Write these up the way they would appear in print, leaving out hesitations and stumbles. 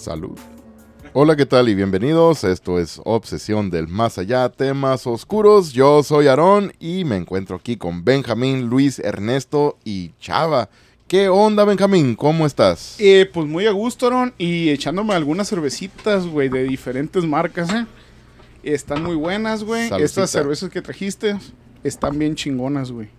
Salud. Hola, ¿qué tal? Y bienvenidos. Esto es Obsesión del Más Allá, temas oscuros. Yo soy Aarón y me encuentro aquí con Benjamín, Luis, Ernesto y Chava. ¿Qué onda, Benjamín? ¿Cómo estás? Pues muy a gusto, Aarón, y echándome algunas cervecitas, güey, de diferentes marcas, Están muy buenas, güey. Saludcita. Estas cervezas que trajiste están bien chingonas, güey.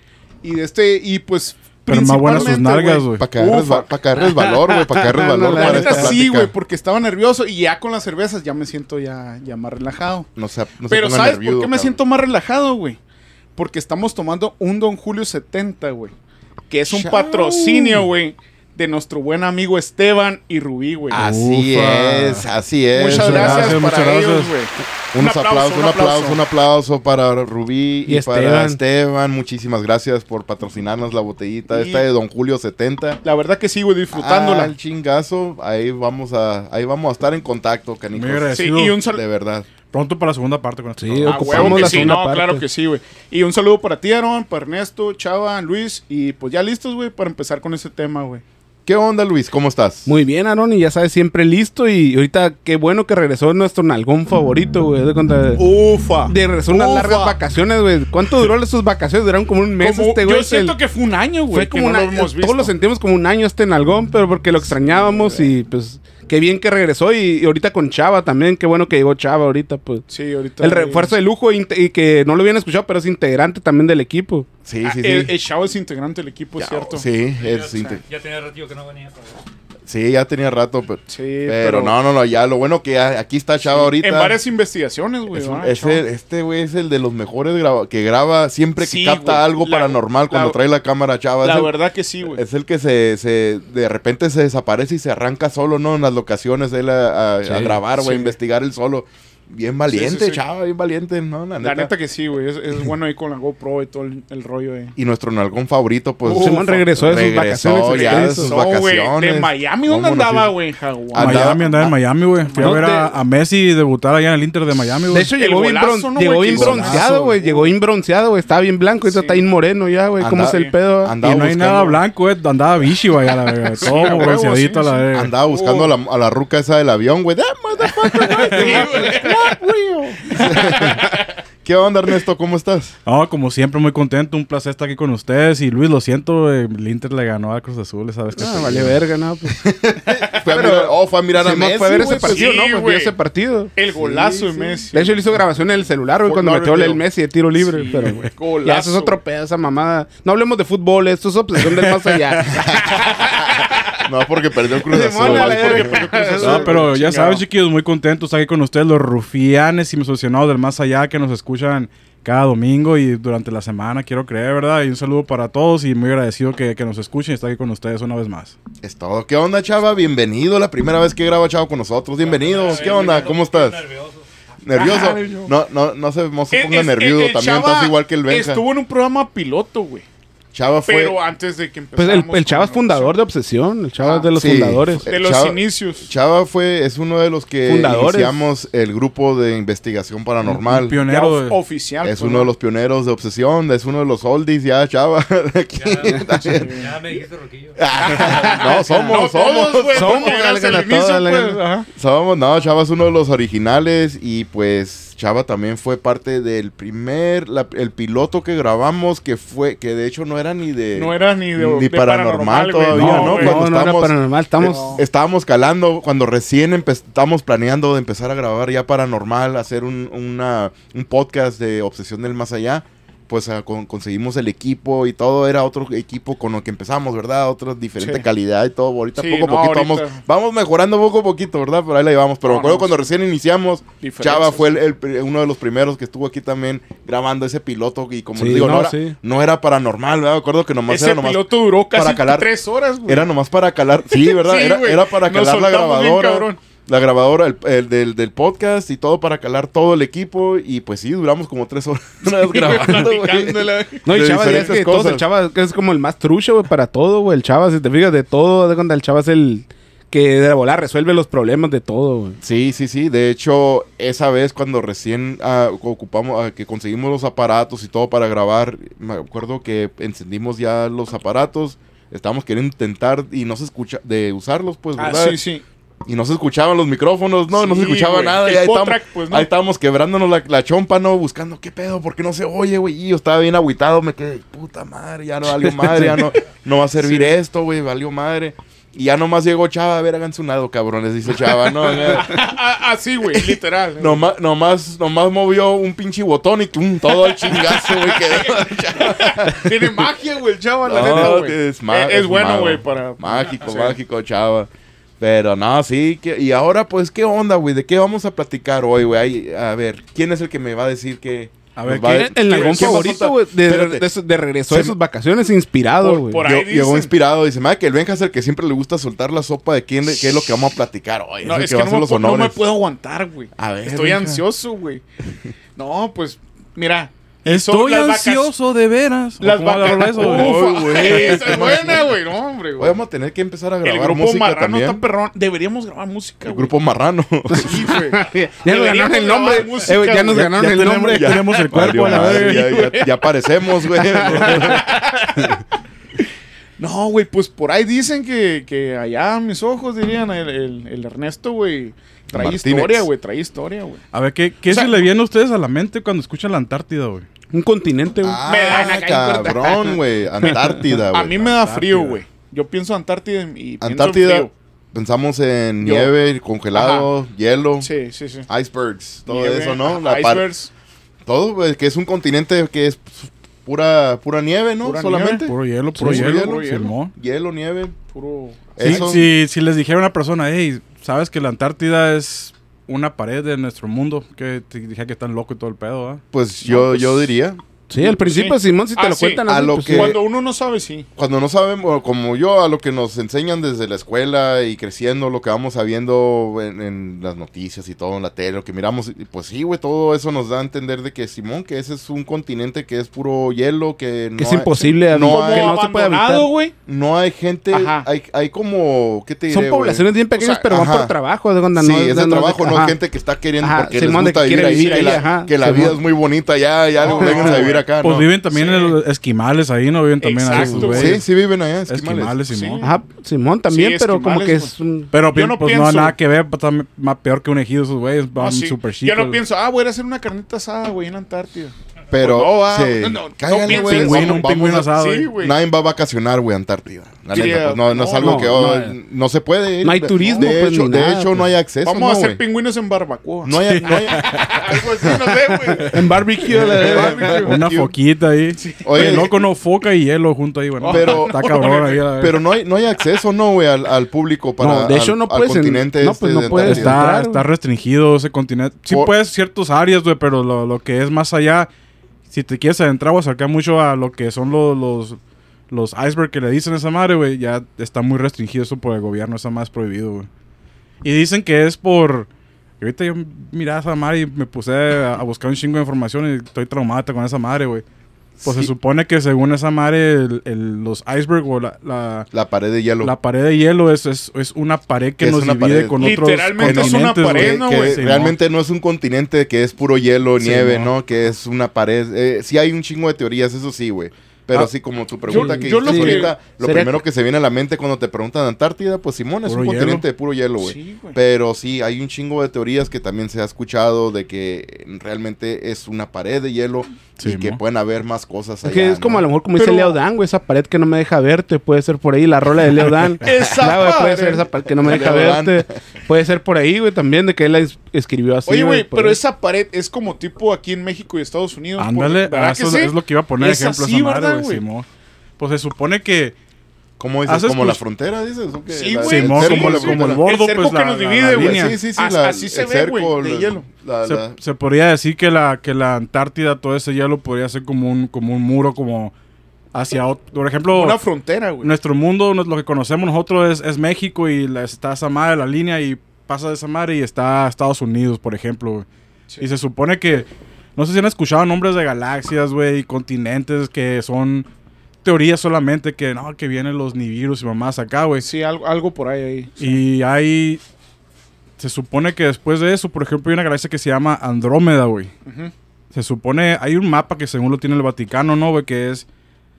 Y pues pero más buenas sus nalgas, güey. Para caerles valor, güey. Para caerles valor. La para neta esta sí, plática. güey, porque estaba nervioso y ya con las cervezas ya me siento ya más relajado. No se Pero pongan ¿sabes nerviudo, por qué me cabrón. siento más relajado, güey? Porque estamos tomando un Don Julio 70, güey. Que es un Chao. patrocinio, güey, de nuestro buen amigo Esteban y Rubí, güey. Así es. Muchas gracias muchas para ellos, gracias. güey. Un aplauso para Rubí y para Esteban. Esteban. Muchísimas gracias por patrocinarnos la botellita Y- esta de Don Julio 70. La verdad que sí, güey, disfrutándola. Al chingazo. Ahí vamos a estar en contacto, canijos. Muy agradecido. Sí, y un De saludo. verdad. Pronto para la segunda parte con esto. Sí, Ah, ocupamos huevo que la sí, segunda no, parte. claro que sí, güey. Y un saludo para ti, Aaron, para Ernesto, Chava, Luis. Y pues ya listos, güey, para empezar con ese tema, güey. ¿Qué onda, Luis? ¿Cómo estás? Muy bien, Aaron, y ya sabes, siempre listo. Y ahorita, qué bueno que regresó nuestro nalgón favorito, güey. Ufa. Regresó unas largas vacaciones, güey. ¿Cuánto duró sus vacaciones? Duraron como un mes Como- este, güey. yo siento que fue un año, güey. fue como que un no año. lo hemos visto. Todos lo sentimos como un año este nalgón, pero porque lo extrañábamos y pues qué bien que regresó. Y ahorita con Chava también, qué bueno que llegó Chava ahorita, pues. Sí, ahorita. El refuerzo de lujo y que no lo habían escuchado, pero es integrante también del equipo. Sí, Ah, sí, sí. el Chava es integrante del equipo, es cierto. Sí, Ya tenía ratito que no venía. Pero... sí, ya tenía rato. Sí, Pero no, ya lo bueno que aquí está Chava ahorita. En varias investigaciones, güey. ¿verdad, Chava? Este güey es el de los mejores que graba siempre que Sí, capta güey. algo paranormal cuando trae la cámara, Chava. La Es el- verdad que sí, güey. Es el que de repente se desaparece y se arranca solo, ¿no? En las locaciones él a grabar, güey, sí. a investigar él solo. Bien valiente, sí. Chava, bien valiente, ¿no? La neta que sí, güey. Es bueno ahí con la GoPro y todo el rollo, Y nuestro nalgón favorito, pues... Simón regresó de sus vacaciones ya de extensas. sus No, güey, vacaciones. de Miami, ¿dónde ¿Cómo nos andaba, hizo? güey? Hawái. Andaba en Miami, güey. Fui a No ver te- a Messi debutar allá en el Inter de Miami, De güey. hecho, El llegó bien, golazo, ¿no, llegó güey? bien Qué bronceado, güey. Llegó bien bronceado, güey. Estaba bien blanco. Ahorita Sí. está bien moreno ya, güey. ¿Cómo Anda- es el pedo? Y Andaba no hay buscando- nada blanco, güey. Andaba Vichy, güey, a la verga. Todo a huevo, bronceadito a sí, la sí. verga. Andaba buscando a la ruca esa del avión, güey. ¡That motherfucker right there! Not real. ¿Qué onda, Ernesto? ¿Cómo estás? No, como siempre, muy contento. Un placer estar aquí con ustedes. Y Luis, lo siento, güey, el Inter le ganó a Cruz Azul, ¿sabes qué? Ah, vale verga, ¿no? Pues, Fue a mirar a Simón Messi, fue a ver güey, ese partido, sí, ¿no? Pues vio güey. ese partido. El golazo de sí. Messi. De hecho, él hizo grabación en el celular, güey, Fort cuando metió Lauderdale. el Messi de tiro libre. Pero, güey. Golazo. Ya, eso es otro pedo, esa mamada. No hablemos de fútbol, esto es obsesión del más allá. No, porque perdió el Cruz Simón, Azul. a la porque verga. perdió Cruz Azul. No, pero ya Chingado. saben, chiquillos, muy contentos estar aquí con ustedes, los rufianes y mis aficionados del más allá que nos escuchan cada domingo y durante la semana, quiero creer, ¿verdad? Y un saludo para todos y muy agradecido que nos escuchen y estar aquí con ustedes una vez más. Es todo. ¿Qué onda, Chava? Bienvenido. La primera vez que graba Chava con nosotros. Bienvenido. ¿Qué onda? ¿Cómo estás? ¿Nervioso? Ay, no. No se ponga El nervioso. También Chava estás igual que el Benja. Estuvo en un programa piloto, güey. Chava fue... Pero antes de que Pues empezáramos. el Chava es con fundador de Obsesión. El Chava es de los sí. fundadores. De los Chava- inicios. Chava es uno de los que Fundadores. iniciamos el grupo de investigación paranormal. Un pionero de... Oficial. Es pues, uno ¿no? de los pioneros de Obsesión. Es uno de los oldies ya, Chava. Aquí. Ya me dijiste Roquillo. No, somos. Todos, güey. Somos, porque eras la el inicio, toda la pues, gana. ajá. No, Chava es uno de los originales y pues Chava también fue parte del el piloto que grabamos que de hecho no era ni de... No era ni de paranormal güey. todavía, ¿no? güey. Cuando No era estamos- paranormal. Estamos... Estábamos calando cuando recién estábamos planeando de empezar a grabar ya paranormal, hacer un podcast de Obsesión del Más Allá. Pues conseguimos el equipo y todo, era otro equipo con lo que empezamos, ¿verdad? Otra diferente Sí. calidad y todo. Ahorita Sí, poco a no, poquito ahorita- vamos mejorando poco a poquito, ¿verdad? Pero ahí la llevamos. Pero No, me acuerdo no, cuando sí. recién iniciamos, Diferencias. Chava fue uno de los primeros que estuvo aquí también grabando ese piloto. Y como Sí, les digo, no, no, sí. no era paranormal, ¿verdad? Me acuerdo que nomás Ese era nomás piloto duró casi para calar. 3 horas, güey. Era nomás para calar. Sí, ¿verdad? Sí, güey. era para Nos calar la soltamos bien, grabadora. cabrón. La grabadora del podcast y todo para calar todo el equipo. Y pues sí, duramos como 3 horas grabando, güey. Platicándola. No, y de Chava, ya es diferentes que todos, cosas. el Chava es como el más trucho, güey, para todo, güey. El Chava, si te fijas de todo, de cuando el Chava es el que de volar resuelve los problemas de todo, güey. Sí, sí, sí. De hecho, esa vez cuando recién que conseguimos los aparatos y todo para grabar, me acuerdo que encendimos ya los aparatos. Estábamos queriendo intentar y no se escucha de usarlos, pues, Ah, ¿verdad? sí, sí. Y no se escuchaban los micrófonos, no se Sí, escuchaba güey. nada. El Y ahí Potrac, pues, ¿no? ahí estábamos quebrándonos la chompa, ¿no? Buscando, ¿qué pedo? ¿Por qué no se oye, güey? Y yo estaba bien agüitado, me quedé, puta madre, ya no valió madre, ya no va a servir esto, güey, valió madre. Y ya nomás llegó Chava, a ver, háganse un lado, cabrones, dice Chava, ¿no? Así, güey, literal. Nomás movió un pinche botón y ¡tum! Todo el chingazo, güey, quedó. Tiene magia, güey, el Chava, la No, neta, güey. es bueno, mago. güey, para... Mágico, Sí. mágico, Chava. Pero no, sí. Y ahora, pues, ¿qué onda, güey? ¿De qué vamos a platicar hoy, güey? A ver, ¿quién es el que me va a decir que... A ver, nos va ¿quién- El nalgón ¿quién va a favorito, soltar? güey, Espérate. de regreso de sus vacaciones, inspirado, güey. por ahí Llegó dicen. inspirado. Dice, madre, que el Benja es el que siempre le gusta soltar la sopa de qué es lo que vamos a platicar hoy. No, el es que que va a hacer los no me honores. puedo aguantar, güey. A ver, Estoy Benja. ansioso, güey. No, pues, mira. Estoy son las ansioso de veras. Las ¿Cómo va la rola vacas. eso, güey? Uf, güey. Esa es buena, güey. No, hombre, Hoy güey. vamos a tener que empezar a El grabar grupo música Marrano también. está perrón. Deberíamos grabar música, El güey. grupo Marrano. Sí, güey. Ya nos ganaron el nombre. Deberíamos grabar música, Ya nos güey. ganaron Ya el tenemos- nombre. ya tenemos el cuerpo, Valió a la madre, verga. ya aparecemos, güey. No, güey, pues por ahí dicen que allá a mis ojos dirían el Ernesto, güey. Trae Martínez. historia, güey. Trae historia, güey. A ver, ¿qué O sea, se le viene a ustedes a la mente cuando escuchan la Antártida, güey? Un continente, güey. Me dan acá en cabrón, güey. Antártida, güey. A mí me da frío, Antártida. güey. Yo pienso Antártida y pienso en Antártida, frío. pensamos en Yo. nieve, congelado, hielo, Sí. icebergs, todo Nieve, eso, ¿no? icebergs. Todo, güey, que es un continente que es pura nieve, ¿no? Pura Solamente. Puro hielo, puro Sí, hielo. puro hielo. Simón. Hielo, nieve. Puro... Eso. Si les dijera a una persona, hey, ¿sabes que la Antártida es una pared de nuestro mundo? Que te dije que están loco y todo el pedo, ¿ah? Pues yo diría. Sí, al principio, Sí. Simón, si te Ah, lo sí. cuentan A así, lo pues, que- sí. Cuando uno no sabe, sí. Cuando no sabemos, como yo, a lo que nos enseñan desde la escuela y creciendo, lo que vamos sabiendo en las noticias y todo, en la tele, lo que miramos, y pues sí, güey, todo eso nos da a entender de que, Simón, que ese es un continente que es puro hielo, que Que no es imposible, no Como hay- que no se puede habitar. abandonado, güey. no hay gente, Ajá. hay como, ¿qué te diré, Son güey? poblaciones bien pequeñas, O sea, pero van ajá. por trabajo. De cuando Sí, no, es de trabajo, no ajá. es gente que está queriendo Ajá, porque Simón, les de gusta que vivir quiere ahí, vivir que ahí, la, ajá, que la Simón. vida es muy bonita ya No, vénganse a vivir acá, Pues ¿no? viven también Sí. en los esquimales ahí, ¿no? Viven también ahí, Exacto, esos güey. güeyes. Sí, viven allá, esquimales. Esquimales, Sí. Simón. Ajá, Simón también, Sí, pero como que esquimales, es un... Pero Yo no pues no pienso- nada que ver, pues, está más peor que un ejido esos güeyes, van Ah, sí. súper Yo chicos. no pienso, voy a ir a hacer una carnita asada, güey, en Antártida. Pero, No, sí, no cáiganle, pienso güey, en eso. Pingüino, un pingüino asado, Sí, güey. güey. Nadie va a vacacionar, güey, a Antártida. La Sí, neta, pues no es algo no, que no. no se puede ir. No hay turismo, de pues, hecho, ni de nada, hecho no hay acceso, Vamos no, a hacer güey. pingüinos en barbacoa. No hay, Algo así, no sé, güey. En barbecue, Una foquita ahí. Oye, Oye, loco, no, foca y hielo junto ahí, bueno. Pero- Está cabrón ahí. a ver. pero no hay acceso, no, güey, al público para No, de hecho, al- no al puedes en- continente no, pues, este no de puedes Antártida. entrar, Está restringido ese continente. Sí Por- puedes ciertas áreas, güey, pero lo que es más allá, si te quieres adentrar o acercar mucho a lo que son los icebergs que le dicen a esa madre, güey, ya está muy restringido eso por el gobierno, esa madre es prohibido, güey. Y dicen que es por... y ahorita yo miraba esa madre y me puse a buscar un chingo de información y estoy traumada con esa madre, güey. Pues Sí. se supone que según esa madre, los icebergs o la La pared de hielo. pared de hielo es una pared que Es nos una divide pared. con otros Literalmente es una continentes, güey. pared, que, no, que güey. Sí, realmente no es un continente que es puro hielo, Sí, nieve, no. ¿no? Que es una pared. Sí hay un chingo de teorías, eso sí, güey. Pero Ah, así como tu pregunta que yo lo hiciste que- ahorita, lo sería primero que se viene a la mente cuando te preguntan Antártida, pues Simón es Puro un hielo. continente de puro hielo, güey. Sí, güey. Pero sí, hay un chingo de teorías que también se ha escuchado de que realmente es una pared de hielo Sí, y que mo. pueden haber más cosas allá. Es que es como ¿no? a lo mejor como dice Pero- Leo Dan, güey, esa pared que no me deja verte, puede ser por ahí, la rola de Leo Dan. Esa Claro, güey, puede pared. ser esa pared que no me deja Leo Dan. verte. Puede ser por ahí, güey, también de que él la escribió así. Oye, güey, por pero ahí. esa pared es como tipo aquí en México y Estados Unidos. Ándale, ¿verdad que eso sí? es lo que iba a poner Es ejemplo así, esa madre, ¿verdad, güey. güey? Simón. Pues se supone que ¿Cómo dices? ¿Haces ¿Como la tus- frontera, dices? ¿O qué? Sí, La- güey. el Simón, cerco, como, la como el frontera. bordo, cerco pues que nos divide, güey. línea. Sí, sí, sí. Así se ve, güey, de hielo. Se podría decir que la Antártida, todo ese hielo podría ser como un muro, como hacia otro. Por ejemplo, Una frontera, güey. nuestro mundo, lo que conocemos nosotros es México y está esa madre, la línea, y pasa de esa madre y está Estados Unidos, por ejemplo, güey. Sí. Y se supone que, no sé si han escuchado nombres de galaxias, güey, y continentes que son teorías solamente, que no, que vienen los Nibiros y mamás acá, güey. Sí, algo por ahí. Y hay... Se supone que después de eso, por ejemplo, hay una galaxia que se llama Andrómeda, güey. Ujú. Se supone... Hay un mapa que según lo tiene el Vaticano, ¿no, güey? Que es...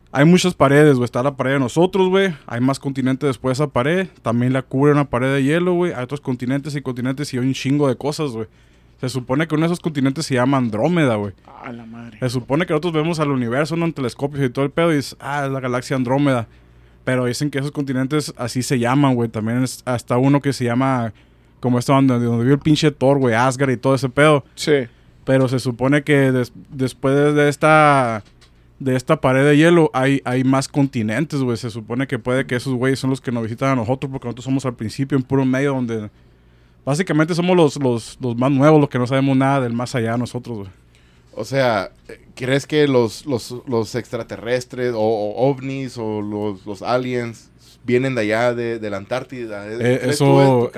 hay muchas paredes, güey. Está la pared de nosotros, güey. Hay más continentes después de esa pared. También la cubre una pared de hielo, güey. Hay otros continentes y hay un chingo de cosas, güey. Se supone que uno de esos continentes se llama Andrómeda, güey. A la madre. Se supone que nosotros vemos al universo, ¿no? En telescopios y todo el pedo y es la galaxia Andrómeda. Pero dicen que esos continentes así se llaman, güey. También es hasta uno que se llama, como donde vive el pinche Thor, güey, Asgard y todo ese pedo. Sí. Pero se supone que después de esta pared de hielo hay más continentes, güey. Se supone que puede que esos güeyes son los que nos visitan a nosotros porque nosotros somos al principio en puro medio donde básicamente somos los más nuevos, los que no sabemos nada del más allá nosotros, güey. O sea, ¿crees que los extraterrestres o ovnis o los aliens vienen de allá, de la Antártida? Eso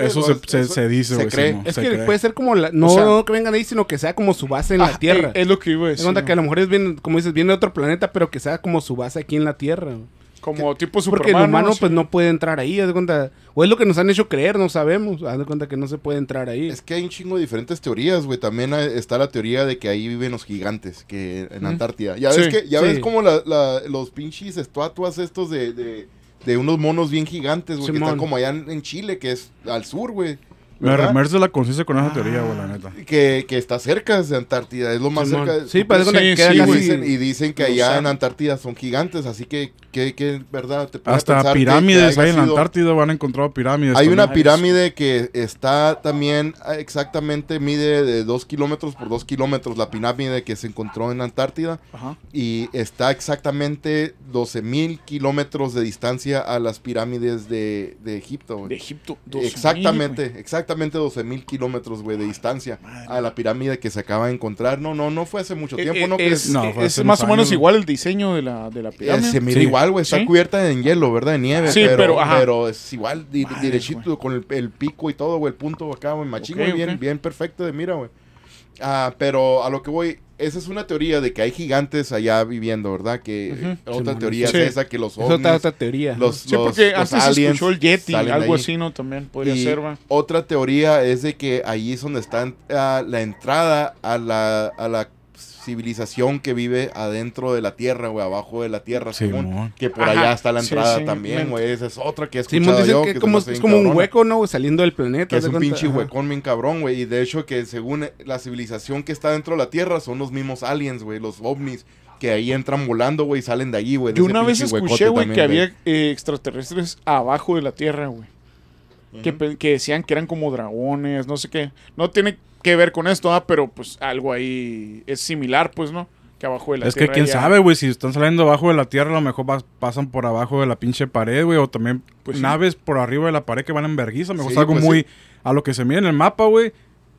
se dice, güey. Se cree. Simón, Es se que cree. puede ser como no, O sea, no que vengan ahí, sino que sea como su base en la Tierra. Es lo que iba a Es decir. cuenta que a lo mejor como dices, viene de otro planeta, pero que sea como su base aquí en la Tierra. Como tipo Porque Superman. el humano Sí. pues no puede entrar ahí, haz de cuenta. O es lo que nos han hecho creer, no sabemos. Haz de cuenta que no se puede entrar ahí. Es que hay un chingo de diferentes teorías, güey. También está la teoría de que ahí viven los gigantes, que en Antártida. Ya Sí, ves como los pinches estatuas estos de unos monos bien gigantes, güey, que Simón. están como allá en Chile, que es al sur, güey. Me ¿verdad? remerce la conciencia con esa teoría, güey, la neta. Que está cerca de Antártida, es lo más Simón. cerca. Sí, parece que queda Y casi- dicen que lo allá saben. en Antártida son gigantes, así que verdad, te pone a Hasta pensar que pirámides haya hay en la sido- Antártida, van a encontrar pirámides. Hay una también. pirámide que está también exactamente, mide de 2 kilómetros por 2 kilómetros, la pirámide que se encontró en Antártida, Ajá. y está exactamente 12,000 kilómetros de distancia a las pirámides de Egipto, güey. De Egipto. 12,000, Exactamente 12,000 kilómetros, güey, de distancia a la pirámide que se acaba de encontrar. No fue hace mucho tiempo, ¿no? Es, No, fue es hace más unos o menos años, igual el diseño de la pirámide. Se mira Sí. igual, güey. Está Sí. cubierta en hielo, ¿verdad? De nieve. Sí, pero es igual, Madre, derechito, con el pico y todo, güey. El punto acá, güey. Machín, Ok, güey. ok. Bien perfecto de mira, güey. Pero a lo que voy, esa es una teoría de que hay gigantes allá viviendo, ¿verdad? Que otra Sí, teoría sí. es esa, que los Es otra ovnis, teoría. los Sí, porque los antes se aliens escuchó el Yeti, salen algo ahí. así, ¿no? También podría Y ser, va. otra teoría es de que ahí es donde está la entrada a la civilización que vive adentro de la tierra, güey, abajo de la tierra, Sí, Simón. mon. Que por Ajá, allá está la sí, entrada sí, también, men. güey. Esa es otra que he Simón escuchado dice yo. que se como, me hace es bien como un cabrona. hueco, ¿no? güey? Saliendo del planeta. Que haz es de un cuenta. pinche Ajá. huecón bien cabrón, güey. Y de hecho que según la civilización que está dentro de la tierra son los mismos aliens, güey, los ovnis. Que ahí entran volando, güey, y salen de allí, güey. de Yo ese una vez pinche escuché, huecote güey, que también, había extraterrestres abajo de la Tierra, güey. Que decían que eran como dragones, no sé qué. No tiene que ver con esto, pero pues algo ahí es similar, pues, ¿no? Que abajo de la Es que Tierra. quién ya- sabe, güey, si están saliendo abajo de la tierra, a lo mejor pasan por abajo de la pinche pared, güey, o también Pues sí. naves por arriba de la pared que van en vergüenza. A lo mejor Sí, es algo pues muy... sí. A lo que se mira en el mapa, güey,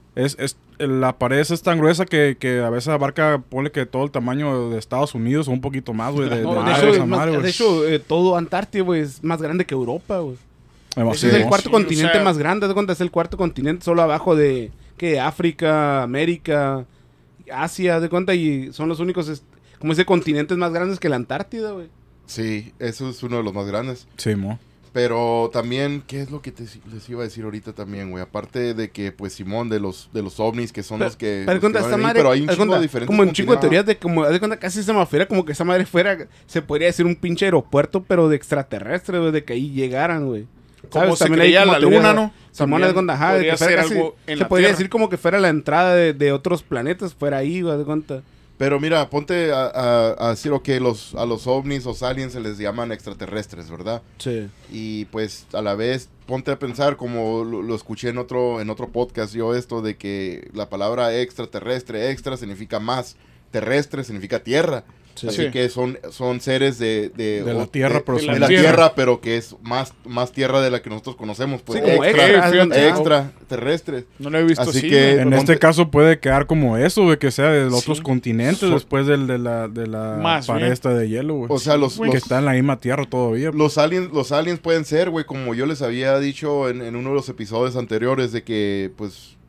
la pared es tan gruesa que a veces abarca, ponle que todo el tamaño de Estados Unidos o un poquito más, güey, de No, de madre, hecho, esa es más- madre, güey. de hecho, todo Antártida, güey, es más grande que Europa, güey. Sí, Ese es el ¿no? cuarto Sí, continente o sea- más grande. ¿De cuenta? Es el cuarto continente solo abajo de África, América, Asia, de cuenta, y son los únicos, como ese continentes más grandes que la Antártida, güey. Sí, eso es uno de los más grandes. Sí, mo. Pero también, ¿qué es lo que les iba a decir ahorita también, güey? Aparte de que, pues, Simón, de los ovnis, que son los que... Pero, los cuenta, que esta van ahí, madre, pero hay un haz chingo cuenta, de diferentes como un chingo de continentes. teorías de como, haz de cuenta, casi se me afuera como que esa madre fuera, se podría decir un pinche aeropuerto, pero de extraterrestres, güey, de que ahí llegaran, güey. Como se También hay creía como la teorías, luna, ¿no? Simón, También haz de cuenta, ajá, de podría que fuera ser casi- algo en se la podría Tierra. decir como que fuera la entrada de otros planetas, fuera ahí, güey, haz de cuenta. Pero mira, ponte a decir, ok, a los ovnis, los aliens se les llaman extraterrestres, ¿verdad? Sí. Y pues a la vez ponte a pensar, como lo escuché en otro podcast yo esto, de que la palabra extraterrestre, extra significa más, terrestre significa tierra. Sí. Así Sí. que son seres de la tierra, pero de son la tierra. tierra, pero que es más tierra de la que nosotros conocemos. Pues, Sí, como fíjate. extraterrestres. No lo he visto Así así. que- güey. En ponte- este caso puede quedar como eso, güey, que sea de Sí. otros continentes después de la Más pared bien. esta de hielo, güey. O sea, que está en la misma tierra todavía. Los aliens pueden ser, güey, como yo les había dicho en uno de los episodios anteriores, de que, pues,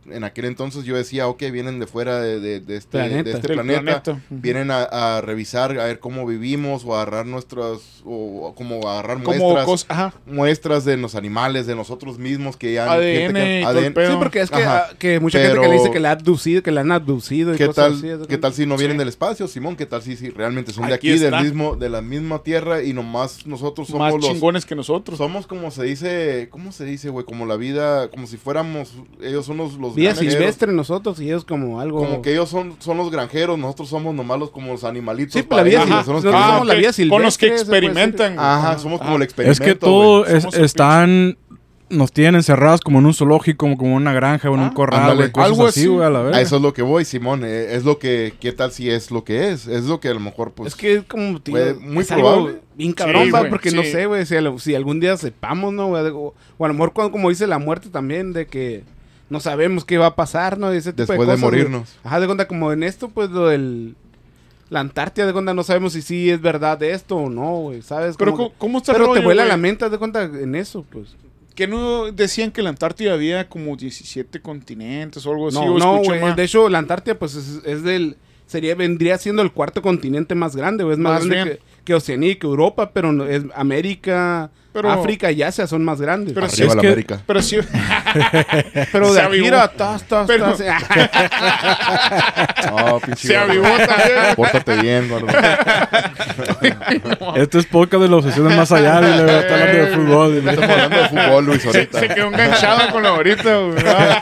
en aquel entonces yo decía, ok, vienen de fuera de este Del planeta. Ujú. Vienen a revisar, a ver cómo vivimos o a agarrar como agarrar Ajá. muestras de los animales, de nosotros mismos que ya... ADN y todo el pedo. Sí, porque es que, Ajá. que mucha Pero- gente que le dice que la han abducido y ¿Qué cosas tal, así, ¿de ¿Qué tal si no vienen Sí. del espacio, Simón? ¿Qué tal si realmente son de Aquí aquí, está. de la misma tierra y nomás nosotros somos Más los... chingones que nosotros. Somos como se dice, ¿cómo se dice, güey? Como la vida, como si fuéramos, ellos son los Vida granjeros. silvestre nosotros y ellos como algo... Como que ellos son los granjeros, nosotros somos nomás como los animalitos. Sí, para la vida ellos, silvestre. son los Nosotros que- somos la vida Con los que silvestre, se puede experimentan. güey. Ajá, somos como el Es experimento, que todo güey. Somos el están... Nos tienen encerrados como en un zoológico, como en una granja o en un corral, ándale. güey. Cosas Algo así, así. güey, a la A verga. eso es lo que voy, Simón. Es lo que, ¿qué tal si es lo que es? Es lo que a lo mejor, pues... Es que es como, tío, Güey, muy es algo probable. bien cabrón, Sí, va, güey, porque sí. no sé, güey, si algún día sepamos, ¿no? Güey? O a lo mejor como dice la muerte también, de que no sabemos qué va a pasar, ¿no? Y ese tipo Después de cosas, güey. morirnos. Ajá, de cuenta, como en esto, pues, lo del... La Antártida, de cuenta, no sabemos si sí es verdad de esto o no, güey, ¿sabes? Pero Como que- ¿cómo está el Pero te rollo, vuela güey? la mente, de cuenta, en eso, pues. Que no decían que en la Antártida había como 17 continentes o algo así. No, o no, escuché güey. mal. De hecho, la Antártida, pues, vendría siendo el cuarto continente más grande, güey. Es más Más grande bien. que Oceanía y que Europa, pero es América, Pero- África y Asia son más grandes. Pero Arriba es la que- América. Pero sí. Pero se de avivó. aquí a tas, Pero- No, pinche Se gordo. avivó también. Pórtate bien, gordo. Este es podcast de la obsesión del más allá, y le está hablando de fútbol. dile. Estamos hablando de fútbol, Luis, Se ahorita. quedó enganchado con la ahorita, güey.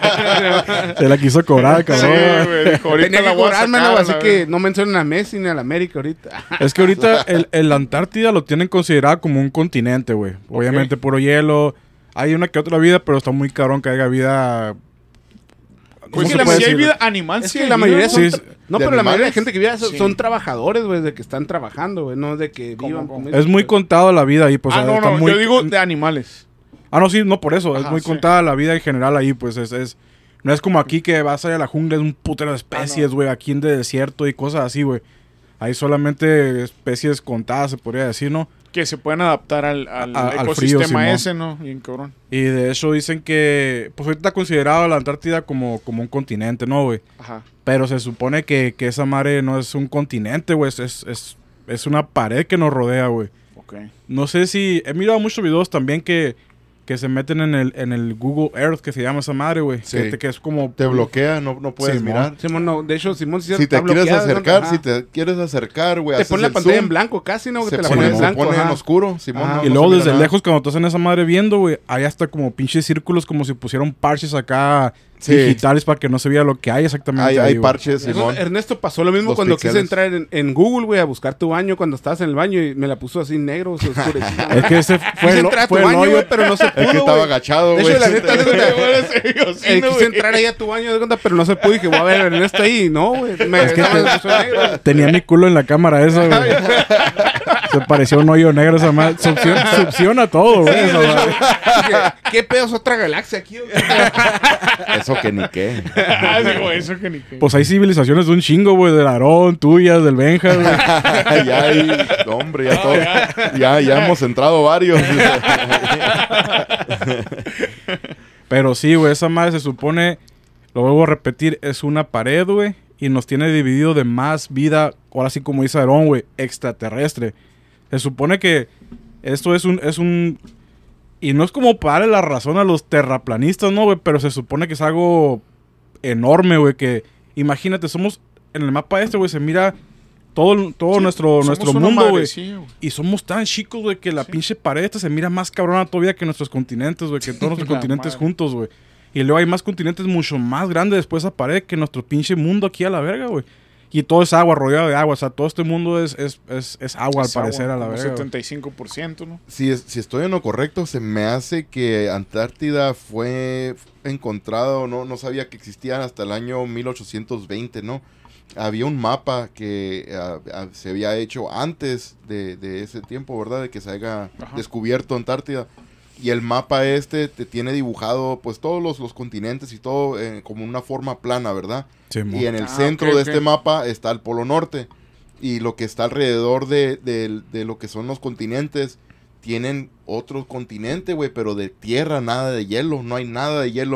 Se la quiso cobrar, Sí, cabrón. güey. Dijo, ahorita Tenía la que voy a cobrarme, sacar, ¿no? a Así la que verga. no mencionen a Messi ni a la América ahorita. Es que ahorita el Antártida lo tienen considerado como un continente, güey. Obviamente puro hielo. Hay una que otra vida, pero está muy cabrón que haya vida... ¿Cómo Pues se que puede si hay decir? vida animal, Es sí que hay la vida, mayoría ¿no? son... Sí, sí. No, ¿De pero la mayoría de animales? gente que vive Sí. son trabajadores, güey, de que están trabajando, güey, no de que ¿Cómo, vivan. cómo? como Es muy ellos, pues. contada la vida ahí, pues. Ah, no, está no. muy- Yo digo de animales. Ah, no, sí, no por eso. Es Ajá, muy sí. contada la vida en general ahí, pues. No es como aquí que vas allá a la jungla, es un putero de especies, güey. Aquí en el desierto y cosas así, güey. Hay solamente especies contadas, se podría decir, ¿no? Que se pueden adaptar al al ecosistema frío, Simón. ese, ¿no? Bien cabrón. Y de hecho dicen que, pues ahorita está considerado la Antártida como un continente, ¿no, güey? Ajá. Pero se supone que esa madre no es un continente, güey. Es una pared que nos rodea, güey. Ok. No sé si... He mirado muchos videos también que se meten en el Google Earth, que se llama esa madre, güey. Sí. Que es como... Te bloquea, no puedes Simón. mirar. Simón, no, de hecho, Simón sí Si te está quieres bloqueada, ¿no? acercar, Ajá. si te quieres acercar, güey, Te haces pone la el pantalla zoom, en blanco casi, ¿no? se Te la pone, pone en se blanco, pone en ajá. oscuro, Simón. Ajá. no- Y no luego se mira desde nada. lejos, cuando estás en esa madre viendo, güey, hay hasta como pinches círculos, como si pusieran parches acá Sí. digitales para que no se viera lo que hay exactamente. Hay ahí, güey. parches, Eso, Simón. Ernesto pasó lo mismo Los cuando pixeles. quise entrar en Google, güey, a buscar tu baño cuando estabas en el baño y me la puso así negro, se oscureció. Es que ese Quise fue entrar a tu fue el baño, hoyo. güey, pero no se pudo, Es que estaba güey. agachado, De güey. hecho, la neta, de cuenta, Sí, quise entrar ahí a tu baño, de cuenta, pero no se pudo. Y dije, voy a ver Ernesto ahí. Y no, güey. Me Es que estaba- me puso negro. Tenía mi culo en la cámara esa, güey. Se pareció un hoyo negro esa madre. Succiona todo, güey. esa madre. Dije, ¿qué pedo es otra galaxia aquí? güey? Eso que ni qué. Ah, digo, eso que ni qué. Pues hay civilizaciones de un chingo, güey. Del Aarón, tuyas, del Benja, güey. Ya hay, no, hombre, ya todo. Ya hemos entrado varios. Pero sí, güey, esa madre se supone, lo vuelvo a repetir, es una pared, güey. Y nos tiene dividido de más vida, ahora sí como dice Aarón, güey, extraterrestre. Se supone que esto es un... Y no es como para darle la razón a los terraplanistas, ¿no, güey? Pero se supone que es algo enorme, güey, que... Imagínate, somos... En el mapa este, güey, se mira todo Sí, nuestro somos una mundo, güey. madrecilla, güey. Y somos tan chicos, güey, que la pinche pared esta se mira más cabrona todavía que nuestros continentes, güey. Que todos nuestros la continentes madre. juntos, güey. Y luego hay más continentes mucho más grandes después de esa pared que nuestro pinche mundo aquí a la verga, güey. Y todo es agua, rodeado de agua. O sea, todo este mundo es agua, al Es parecer, agua, a la como verga, güey. 75%, ¿no? Si estoy en lo correcto, se me hace que Antártida fue encontrado, no sabía que existía hasta el año 1820, ¿no? Había un mapa que se había hecho antes de ese tiempo, ¿verdad? De que se haya Ajá. descubierto Antártida. Y el mapa te tiene dibujado pues todos los continentes y todo como una forma plana, ¿verdad? Sí, mo. Y en el Ah, centro ok, de ok. este mapa está el Polo Norte. Y lo que está alrededor de lo que son los continentes, tienen otro continente, güey, pero de tierra, nada de hielo. No hay nada de hielo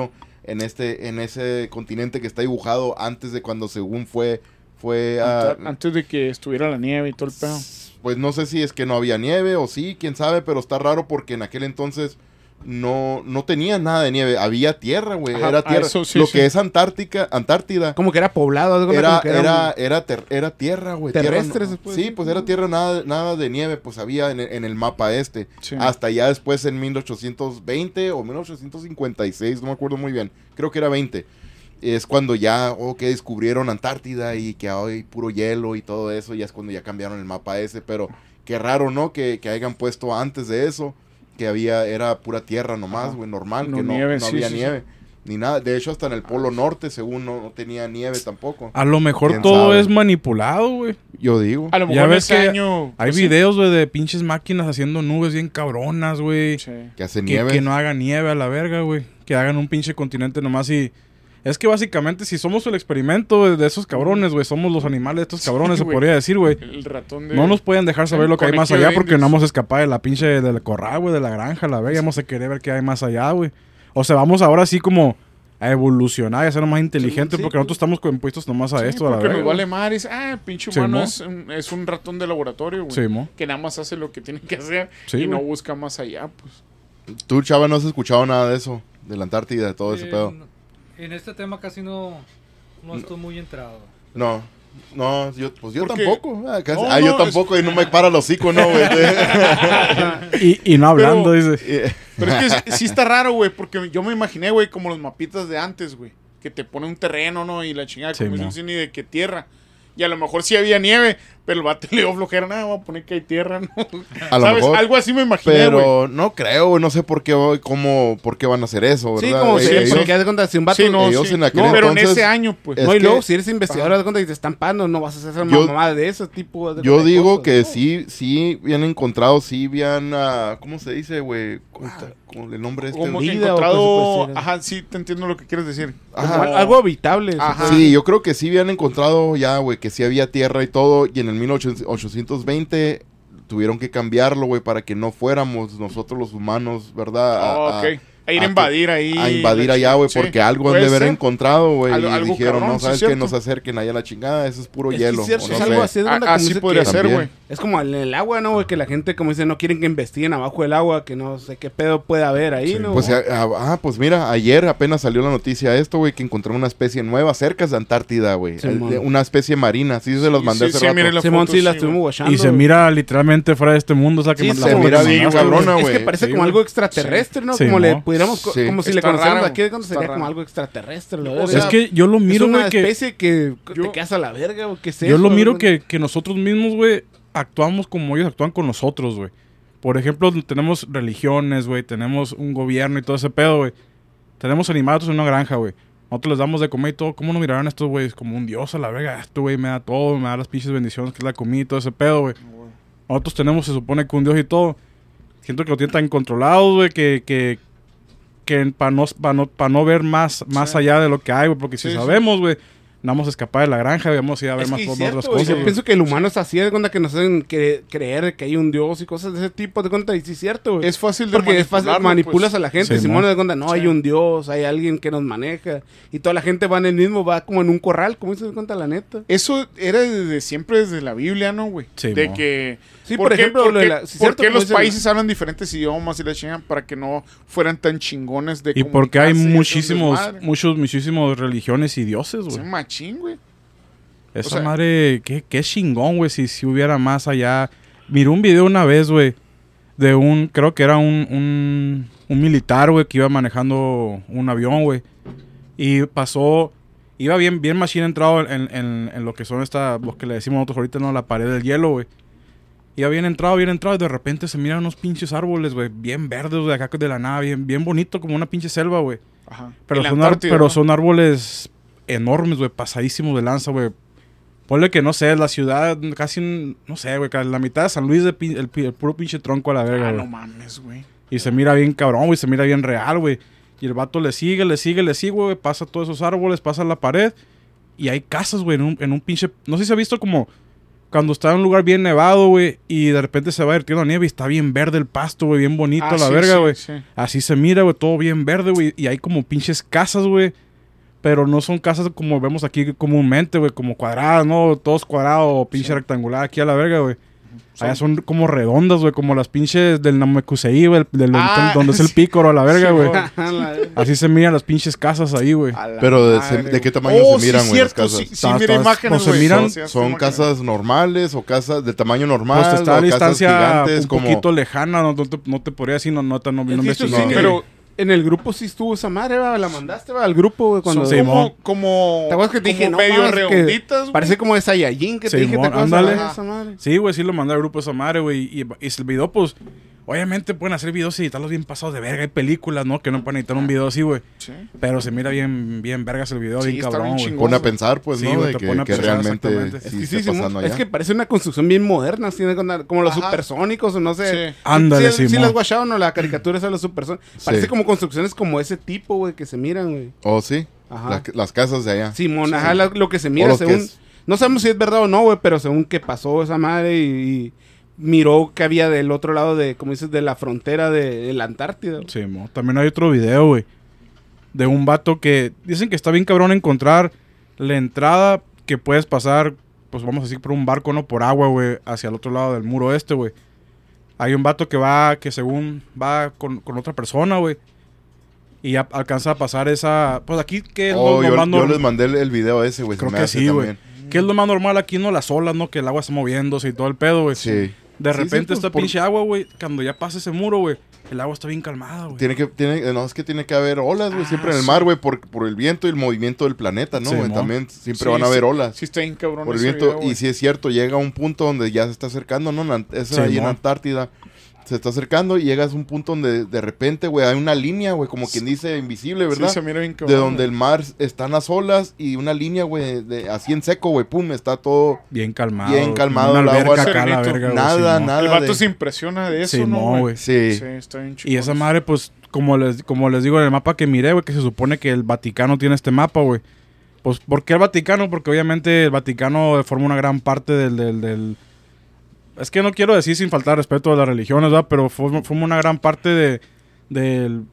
en ese continente que está dibujado antes de cuando según fue Antes de que estuviera la nieve y todo el pedo. pues no sé si es que no había nieve o sí, quién sabe, pero está raro porque en aquel entonces no tenía nada de nieve, había tierra, güey, Ajá, era tierra. eso sí, Lo sí. que es Antártida Como que era poblado. haz de cuenta, como que era tierra, güey. Terrestre, tierra, se puede sí, decir. pues era tierra, nada de nieve, pues había en el mapa este. Sí. Hasta ya después en 1820 o 1856, no me acuerdo muy bien, creo que era 20. Es cuando ya, que descubrieron Antártida y que hay puro hielo y todo eso, ya es cuando ya cambiaron el mapa ese, pero qué raro, ¿no? Que hayan puesto antes de eso, que era pura tierra nomás, güey, normal, No que no nieve, sí, había sí, nieve, ni nada. De hecho, hasta en el Polo Norte, según no tenía nieve tampoco. A lo mejor ¿Quién todo sabe? es manipulado, güey. Yo digo. A lo Ya mejor ves ese que año... Hay pues, sí. videos, güey, de pinches máquinas haciendo nubes bien cabronas, güey. Sí. Que hace Que, nieve. que no haga nieve a la verga, güey. Que hagan un pinche continente nomás y... Es que básicamente si somos el experimento güey, de esos cabrones, güey, somos los animales de estos cabrones, se güey. podría decir, güey. El ratón de... No nos pueden dejar saber lo que hay más conejillo allá de porque indios. no vamos a escapar de la pinche del corral, güey, de la granja, la verga. Vamos a querer ver qué hay más allá, güey. O sea, vamos ahora sí como a evolucionar y a ser más inteligentes sí, porque nosotros estamos compuestos nomás a Sí, esto, a la porque verga. nos vale madre. Pinche Sí, humano mo. es un ratón de laboratorio, güey. Sí, mo. Que nada más hace lo que tiene que hacer Sí, y no güey. busca más allá, pues. Tú, Chava, no has escuchado nada de eso, de la Antártida, de todo ese pedo. En este tema casi no estoy muy entrado. No, yo Porque- tampoco. No, yo no, tampoco y no me para el hocico, ¿no, güey? Y no hablando, dice. Pero es que sí está raro, güey, porque yo me imaginé, güey, como los mapitas de antes, güey. Que te pone un terreno, ¿no? Y la chingada, Sí, como mo. dicen, ni de qué tierra. Y a lo mejor sí había nieve, pero el vato le dio flojera, nada, voy a poner que hay tierra, ¿no? A lo ¿Sabes? mejor, Algo así me imaginé, güey. pero no creo, güey, no sé por qué van a hacer eso, ¿verdad? Sí, como Ellos- siempre. ellos- Que haz de cuenta, si un vato... Sí, no, ellos sí. en aquel No, pero en entonces- ese año, pues. es No, y que- luego, si eres investigador, haz de cuenta que te están pagando, no vas a hacer Yo- mamada de ese tipo. haz de Yo cuenta de digo cosas, que ¿no? sí habían encontrado, sí habían, ¿cómo se dice, güey? ¿Cómo el nombre este? Como que vida o encontrado... cosas por el estilo. Ajá, sí, te entiendo lo que quieres decir. Ajá. Como algo habitable. Ajá. Sí, yo creo que sí habían encontrado ya, güey, que sí había tierra y todo. Y en el 1820 tuvieron que cambiarlo, güey, para que no fuéramos nosotros los humanos, ¿verdad? Oh, ok. A ir a a invadir ahí. A invadir la allá, güey, chingada. porque Sí, algo han puede de haber ser. encontrado, güey. Y Algo dijeron, cabrón, no, sí, sabes es que no cierto. se acerquen allá a la chingada, eso es puro Es que hielo. es cierto, o no es sé. algo así, haz de cuenta, como Así dice podría que- ser, También. güey. Es como en el agua, ¿no, güey? Que la gente, como dice, no quieren que investiguen abajo del agua, que no sé qué pedo puede haber ahí, ¿no? Pues, pues mira, ayer apenas salió la noticia de esto, güey, que encontraron una especie nueva cerca de Antártida, güey. Simón. Una especie marina, sí se los mandé Sí, hace sí, rato. miren la Simón, foto, sí, la sí, estuvimos güey. guachando. Y se güey. mira literalmente fuera de este mundo, o sea, que Sí, la se foto mira que bien mandaste, cabrona, güey. Es que güey. parece Sí, como güey. algo extraterrestre, ¿no? Sí, Como le mo. pudiéramos, Sí. como si le Está conociéramos raro, aquí, cuando está sería raro. como algo extraterrestre, ¿no? O sea, Es que yo lo es miro, una güey, que... especie que yo- te quedas a la verga, o qué sé. Yo lo miro que nosotros mismos, güey, actuamos como ellos actúan con nosotros, güey. Por ejemplo, tenemos religiones, güey, tenemos un gobierno y todo ese pedo, güey. Tenemos animados en una granja, güey. Nosotros les damos de comer y todo. ¿Cómo nos mirarán estos güeyes? Como un dios a la verga. Esto, güey, me da todo, me da las pinches bendiciones que es la comida y todo ese pedo, güey. Nosotros tenemos, se supone que un dios y todo. Siento que lo tienen tan controlados, güey, que para no ver más Sí. allá de lo que hay, güey. Porque si Sí, sí. sabemos, güey, no vamos a escapar de la granja, vamos a ir a ver Es más que por es cierto, otras güey, cosas. yo güey. pienso que el humano es así, de cuenta que nos hacen creer que hay un dios y cosas de ese tipo, de cuenta, y sí es cierto, güey. Es fácil de Porque es fácil, manipularlo, manipulas pues. a la gente, Sí, Simón, mo. de cuenta, no, Sí. hay un dios, hay alguien que nos maneja, y toda la gente va en el mismo, va como en un corral, como se cuenta la neta. Eso era desde siempre, desde la Biblia, ¿no, güey? Sí, de mo. que... Sí, por ejemplo, lo de la- sí, ¿por cierto, qué como los dicen- países hablan diferentes idiomas y la chingan para que no fueran tan chingones de Y porque hay comunicarse y hacer un desmadre? muchísimos religiones y dioses, Es güey. un machín, güey. Esa o sea- madre, qué chingón, güey, si hubiera más allá. Miré un video una vez, güey, de creo que era un militar, güey, que iba manejando un avión, güey. Y pasó, iba bien machín entrado en lo que son lo que le decimos nosotros ahorita, ¿no? La pared del hielo, güey. Iba bien entrado, y de repente se miran unos pinches árboles, güey, bien verdes, güey, acá de la nada, bien bonito, como una pinche selva, güey. Ajá. Pero, En la son, Antártida, ¿no? son árboles enormes, güey, pasadísimos de lanza, güey. Ponle que, no sé, la ciudad casi, no sé, güey, la mitad de San Luis, el puro pinche tronco a la verga, Ah, güey. no mames, güey. Y se mira bien cabrón, güey, se mira bien real, güey. Y el vato le sigue, güey, pasa todos esos árboles, pasa la pared. Y hay casas, güey, en un pinche... No sé si se ha visto como cuando está en un lugar bien nevado, güey, y de repente se va derritiendo nieve y está bien verde el pasto, güey, bien bonito la sí, verga, sí, güey. sí. Así se mira, güey, todo bien verde, güey, y hay como pinches casas, güey. Pero no son casas como vemos aquí comúnmente, güey, como cuadradas, ¿no? Todos cuadrados, pinche rectangular aquí a la verga, güey. Allá son como redondas, güey, como las pinches del Namekusei, güey, donde es el pícoro a la verga, güey. Así se miran las pinches casas ahí, güey. Pero ¿de qué tamaño se miran, güey, las casas? Sí, mira imágenes, se güey. miran- ¿Son casas normales o casas de tamaño normal? Pues está a o casas distancia gigantes un como... poquito lejana, no te podría decir, no Sí, investigué. pero en el grupo sí estuvo esa madre, ¿va? La mandaste, ¿va? Al grupo, güey, cuando... Sí, como ¿Te acuerdas que te dije, como no, medio mames, que redonditas, güey? parece como de Saiyajin que te dije, ¿te Simón, acuerdas? ándale. De esa madre? Sí, güey, sí lo mandé al grupo esa madre, güey. Y el video, pues, obviamente pueden hacer videos y editarlos bien pasados de verga. Hay películas, ¿no? Que no pueden editar un video así, güey. Sí. Pero se mira bien vergas el video, Sí, bien está cabrón, bien güey. chingón. Pone a pensar, pues, Sí, ¿no? güey, De te pone a que pensar, realmente exactamente. sí Es que está sí, Simón, pasando allá. es que parece una construcción bien moderna, así, como los Ajá. supersónicos o no sé. Sí. Ándale, sí, Simón. las guachado, ¿no? La caricatura esa de los supersónicos. Parece Sí. como construcciones como ese tipo, güey, que se miran, güey. Oh, sí. Ajá. Las casas de allá. Simón, ajá, lo que se mira los que según... es- No sabemos si es verdad o no, güey, pero según que pasó esa madre y miró que había del otro lado de, como dices, de la frontera de la Antártida. Güey. Sí, mo. También hay otro video, güey. De un vato que dicen que está bien cabrón encontrar la entrada que puedes pasar, pues vamos a decir, por un barco, no por agua, güey, hacia el otro lado del muro este, güey. Hay un vato que según va con otra persona, güey. Y ya alcanza a pasar esa... Pues aquí, ¿qué es Oh, lo yo más normal? les mandé el video ese, güey. se Creo me que hace sí, güey. también. ¿Qué es lo más normal aquí, no? Las olas, ¿no? Que el agua está moviéndose y todo el pedo, güey. Sí. De Sí, repente sí, pues, esta por- pinche agua, güey, cuando ya pasa ese muro, güey, el agua está bien calmada, güey. No, es que tiene que haber olas, güey, siempre en el mar, güey, por el viento y el movimiento del planeta, ¿no? Sí, güey? mo. También siempre Sí, van a haber sí. olas. Sí está bien cabrón Por el ese viento, video, y güey. si es cierto, llega a un punto donde ya se está acercando, ¿no? Es Sí, ahí en mo. Antártida. Se está acercando y llegas a un punto donde de repente, güey, hay una línea, güey, como quien dice, invisible, ¿verdad? Sí, se mira bien cabrón. De donde güey. el mar están las olas y una línea, güey, así en seco, güey, pum, está todo Bien calmado. bien güey, calmado como una el agua, alberca acá, la serenito. verga, güey, nada, Simón. nada. El vato de- se impresiona de eso, Simón, ¿no, güey. Sí. Sí, está bien chingón. Y esa madre, pues, como les digo en el mapa que miré, güey, que se supone que el Vaticano tiene este mapa, güey. Pues, ¿por qué el Vaticano? Porque obviamente el Vaticano forma una gran parte del... Es que no quiero decir sin faltar respeto a las religiones, ¿verdad? Pero forma una gran parte del...